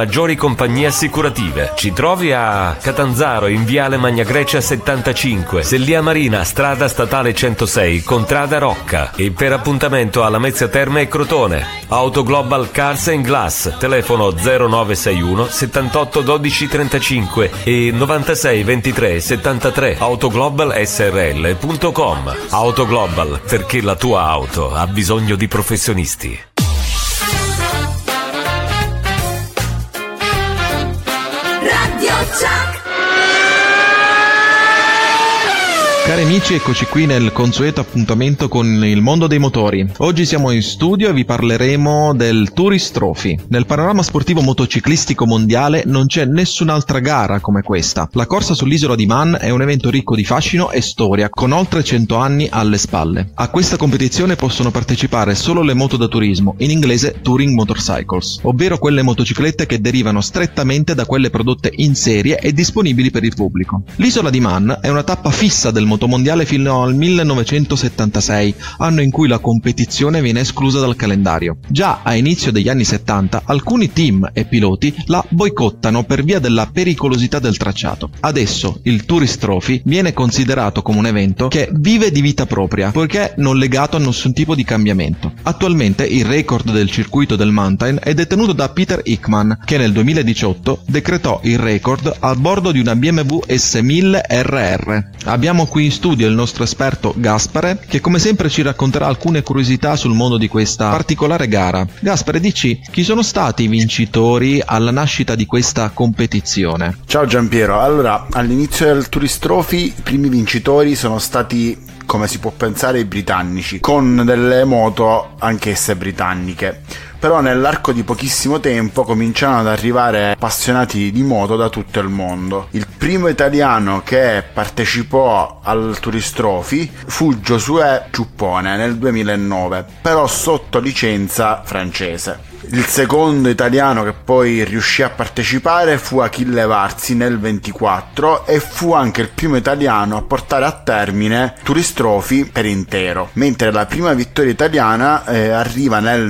Speaker 8: compagnie assicurative. Ci trovi a Catanzaro in Viale Magna Grecia 75, Sellia Marina, strada statale 106, Contrada Rocca, e per appuntamento alla Lamezia Terme e Crotone. Auto Global Cars and Glass, telefono 0961 78 12 35 e 96 23 73. autoglobalsrl.com. Autoglobal, perché la tua auto ha bisogno di professionisti.
Speaker 9: Radio Chuck.
Speaker 12: Cari amici, eccoci qui nel consueto appuntamento con il mondo dei motori. Oggi siamo in studio e vi parleremo del Tourist Trophy. Nel panorama sportivo motociclistico mondiale non c'è nessun'altra gara come questa. La corsa sull'isola di Man è un evento ricco di fascino e storia, con oltre 100 anni alle spalle. A questa competizione possono partecipare solo le moto da turismo, in inglese Touring Motorcycles, ovvero quelle motociclette che derivano strettamente da quelle prodotte in serie e disponibili per il pubblico. L'isola di Man è una tappa fissa del motomondiale fino al 1976, anno in cui la competizione viene esclusa dal calendario. Già a inizio degli anni 70 alcuni team e piloti la boicottano per via della pericolosità del tracciato. Adesso il Tourist Trophy viene considerato come un evento che vive di vita propria, poiché non legato a nessun tipo di cambiamento. Attualmente il record del circuito del mountain è detenuto da Peter Hickman, che nel 2018 decretò il record a bordo di una BMW S1000 RR. Abbiamo qui in studio il nostro esperto Gaspare, che come sempre ci racconterà alcune curiosità sul mondo di questa particolare gara. Gaspare, dici chi sono stati i vincitori alla nascita di questa competizione?
Speaker 13: Ciao Giampiero, allora all'inizio del Tourist Trophy i primi vincitori sono stati, come si può pensare, i britannici, con delle moto anch'esse britanniche. Però nell'arco di pochissimo tempo cominciano ad arrivare appassionati di moto da tutto il mondo. Il primo italiano che partecipò al Tourist Trophy fu Giosuè Ciuppone nel 2009, però sotto licenza francese. Il secondo italiano che poi riuscì a partecipare fu Achille Varzi nel 24 e fu anche il primo italiano a portare a termine Tourist Trophy per intero, mentre la prima vittoria italiana arriva nel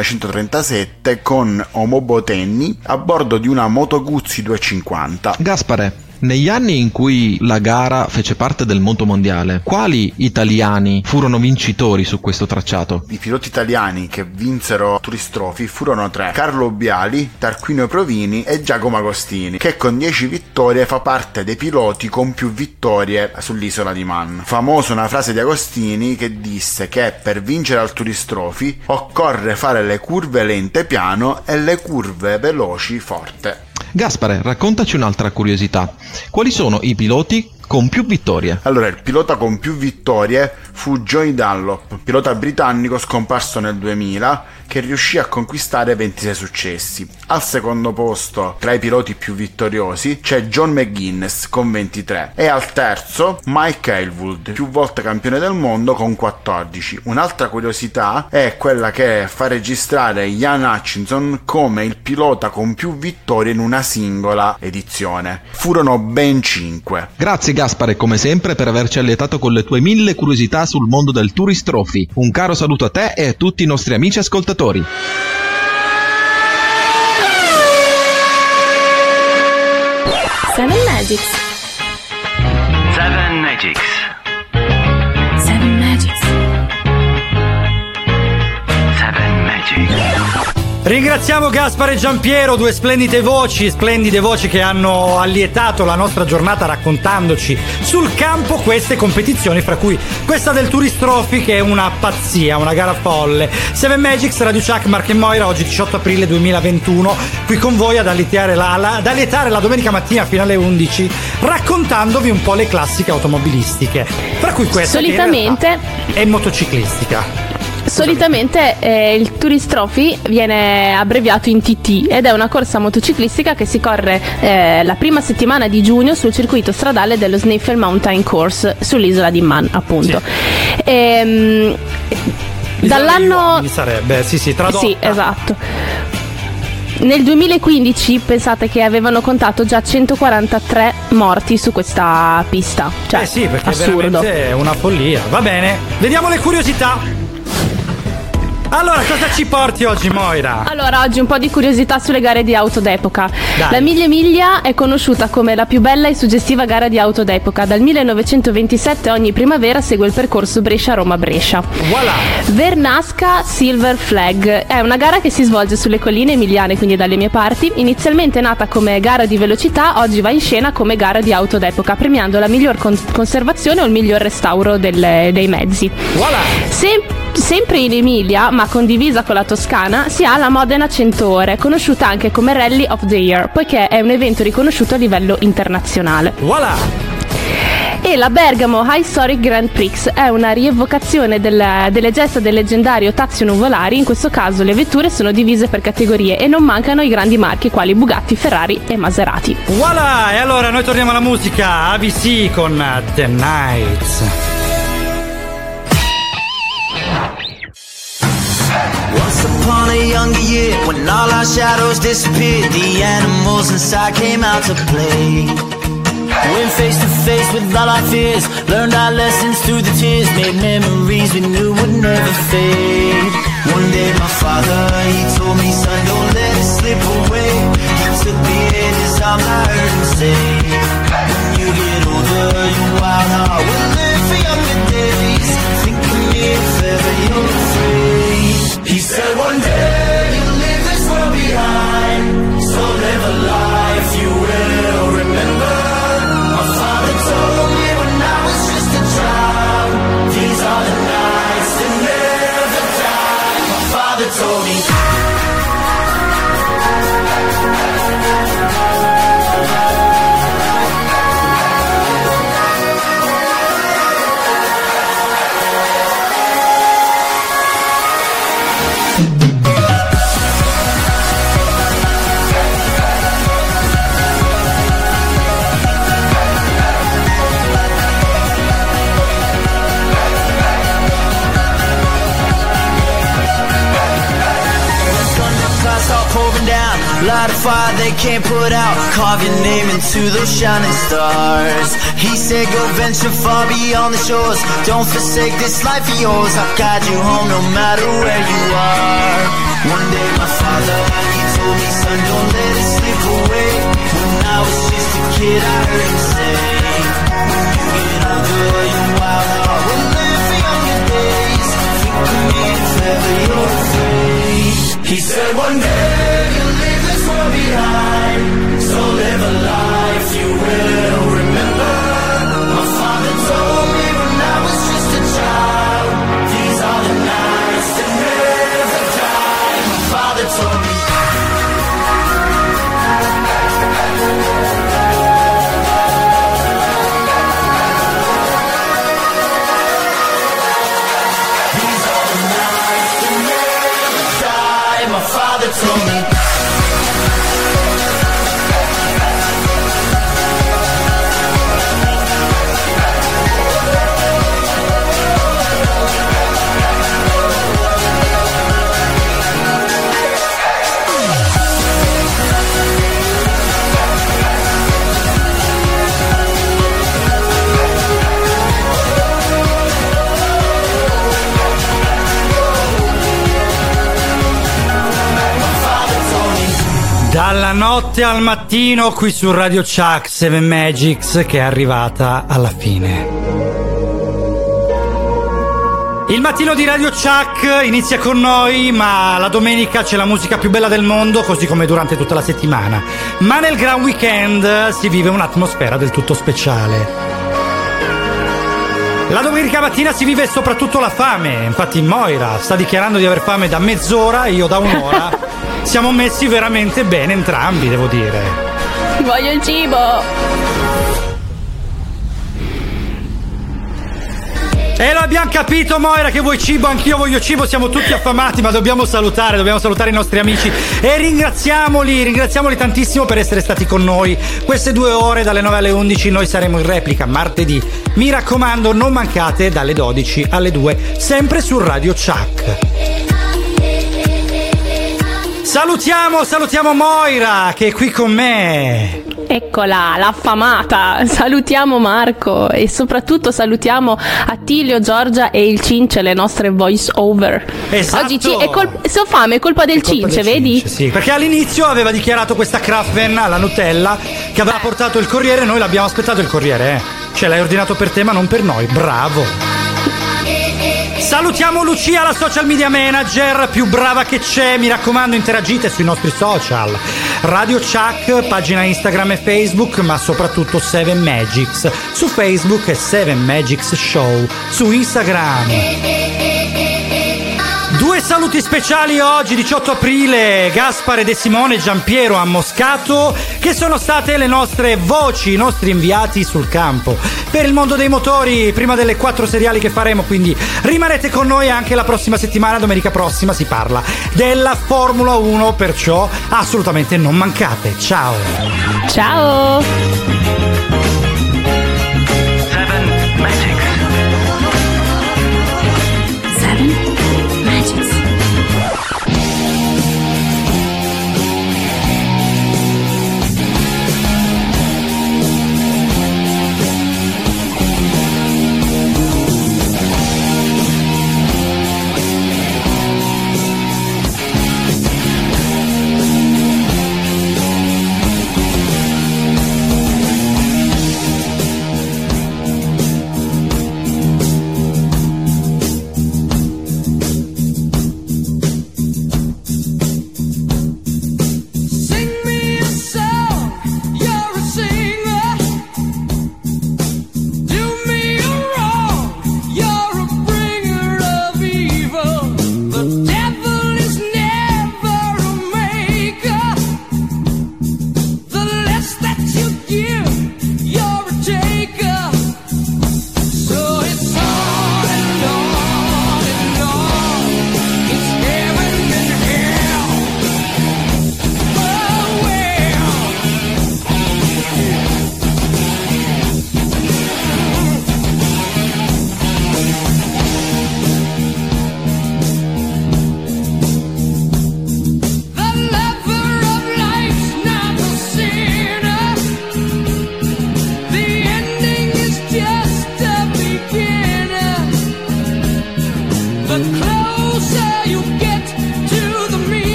Speaker 13: 1937 con Omo Botenni a bordo di una Moto Guzzi 250.
Speaker 12: Gaspare, negli anni in cui la gara fece parte del motomondiale, quali italiani furono vincitori su questo tracciato?
Speaker 13: I piloti italiani che vinsero Tourist Trophy furono 3: Carlo Biali, Tarquinio Provini e Giacomo Agostini, che con 10 vittorie fa parte dei piloti con più vittorie sull'isola di Man. Famosa una frase di Agostini che disse che per vincere al Tourist Trophy occorre fare le curve lente piano e le curve veloci forte.
Speaker 12: Gaspare, raccontaci un'altra curiosità. Quali sono i piloti con più vittorie?
Speaker 13: Allora, il pilota con più vittorie fu Johnny Dunlop, pilota britannico scomparso nel 2000, che riuscì a conquistare 26 successi. Al secondo posto, tra i piloti più vittoriosi, c'è John McGuinness con 23 e al terzo Mike Hailwood, più volte campione del mondo, con 14. Un'altra curiosità è quella che fa registrare Ian Hutchinson come il pilota con più vittorie in una singola edizione. Furono ben 5.
Speaker 12: Grazie Gaspare, come sempre, per averci allietato con le tue 1000 curiosità sul mondo del Tourist Trophy. Un caro saluto a te e a tutti i nostri amici ascoltatori.
Speaker 15: Seven Magics.
Speaker 4: Seven Magics.
Speaker 15: Seven Magics.
Speaker 4: Seven Magics.
Speaker 1: Ringraziamo Gaspare e Giampiero, due splendide voci che hanno allietato la nostra giornata raccontandoci sul campo queste competizioni, fra cui questa del Tourist Trophy, che è una pazzia, una gara folle. Seven Magics, Radio Chuck, Mark e Moira, oggi 18 aprile 2021, qui con voi ad allietare la domenica mattina fino alle 11, raccontandovi un po' le classiche automobilistiche, fra cui questa
Speaker 2: solitamente
Speaker 1: è motociclistica.
Speaker 2: Solitamente il Tourist Trophy viene abbreviato in TT ed è una corsa motociclistica che si corre la prima settimana di giugno sul circuito stradale dello Snaefell Mountain Course sull'isola di Man, appunto.
Speaker 1: Sì.
Speaker 2: Dall'anno
Speaker 1: sarebbe, sì, tradotta.
Speaker 2: Sì, esatto. Nel 2015 pensate che avevano contato già 143 morti su questa pista. Cioè,
Speaker 1: sì, perché
Speaker 2: assurdo.
Speaker 1: È veramente una follia. Va bene, vediamo le curiosità. Allora, cosa ci porti oggi, Moira?
Speaker 2: Allora, oggi un po' di curiosità sulle gare di auto d'epoca.
Speaker 1: Dai.
Speaker 2: La Mille Miglia è conosciuta come la più bella e suggestiva gara di auto d'epoca. Dal 1927 ogni primavera segue il percorso Brescia-Roma-Brescia.
Speaker 1: Voilà.
Speaker 2: Vernasca Silver Flag è una gara che si svolge sulle colline emiliane, quindi dalle mie parti. Inizialmente nata come gara di velocità, oggi va in scena come gara di auto d'epoca, premiando la miglior conservazione o il miglior restauro dei mezzi.
Speaker 1: Voilà.
Speaker 2: Sempre in Emilia, ma condivisa con la Toscana, si ha la Modena 100 ore, conosciuta anche come Rally of the Year, poiché è un evento riconosciuto a livello internazionale.
Speaker 1: Voilà!
Speaker 2: E la Bergamo Historic Grand Prix è una rievocazione delle gesta del leggendario Tazio Nuvolari. In questo caso le vetture sono divise per categorie e non mancano i grandi marchi quali Bugatti, Ferrari e Maserati.
Speaker 1: Voilà! E allora noi torniamo alla musica, ABC con The Nights.
Speaker 11: Once upon a younger year, when all our shadows disappeared, the animals inside came out to play. Went face to face with all our fears, learned our lessons through the tears, made memories we knew would never fade. One day my father, he told me, son, don't let it slip away. He took me in his arms, I heard him say, when you get older, your wild heart will live for younger days. Think of me if ever you're afraid. He said one day you'll leave this world behind, so live a life you will remember. My father told me when I was just a child, these are the nights that never die. My father told me. Light a fire they can't put out, carve your name into those shining stars. He said go venture far beyond the shores, don't forsake this life of yours. I'll guide you home no matter where you are. One day my father, he told me, son, don't let it slip away. When I was just a kid I heard him say, when you get older your wild heart will live for younger days. Think of me if ever you're afraid. He said one day you'll leave this world behind, so live a life you will remember. My father told me when I was just a child, these are the nights that never die. My father told me. These are the nights that never die. My father told me.
Speaker 1: Dalla notte al mattino qui su Radio Chuck 7 Magics, che è arrivata alla fine. Il mattino di Radio Chuck inizia con noi, ma la domenica c'è la musica più bella del mondo, così come durante tutta la settimana. Ma nel Gran Weekend si vive un'atmosfera del tutto speciale. La domenica mattina si vive soprattutto la fame, infatti Moira sta dichiarando di aver fame da mezz'ora, io da un'ora. Siamo messi veramente bene entrambi, devo dire.
Speaker 2: Voglio il cibo!
Speaker 1: E lo abbiamo capito, Moira, che vuoi cibo, anch'io voglio cibo, siamo tutti affamati, ma dobbiamo salutare i nostri amici e ringraziamoli tantissimo per essere stati con noi queste 2 ore dalle 9 alle 11. Noi saremo in replica martedì, mi raccomando non mancate, dalle 12 alle 2 sempre su Radio Chuck. Salutiamo Moira che è qui con me.
Speaker 2: Eccola, l'affamata. Salutiamo Marco e soprattutto salutiamo Attilio, Giorgia e il Cince, le nostre voice over.
Speaker 1: Esatto.
Speaker 2: Oggi se ho fame è colpa del Cince, vedi?
Speaker 1: Sì, perché all'inizio aveva dichiarato questa Kraftven alla Nutella che aveva portato il corriere, noi l'abbiamo aspettato il corriere, Cioè l'hai ordinato per te ma non per noi, bravo. Salutiamo Lucia, la social media manager più brava che c'è. Mi raccomando, interagite sui nostri social. Radio Chuck, pagina Instagram e Facebook, ma soprattutto 7 Magics su Facebook e 7 Magics Show su Instagram. Due saluti speciali oggi, 18 aprile, Gaspare De Simone e Giampiero a Moscato, che sono state le nostre voci, i nostri inviati sul campo per il mondo dei motori, prima delle 4 seriali che faremo, quindi rimanete con noi anche la prossima settimana. Domenica prossima si parla della Formula 1, perciò assolutamente non mancate. Ciao!
Speaker 2: Ciao!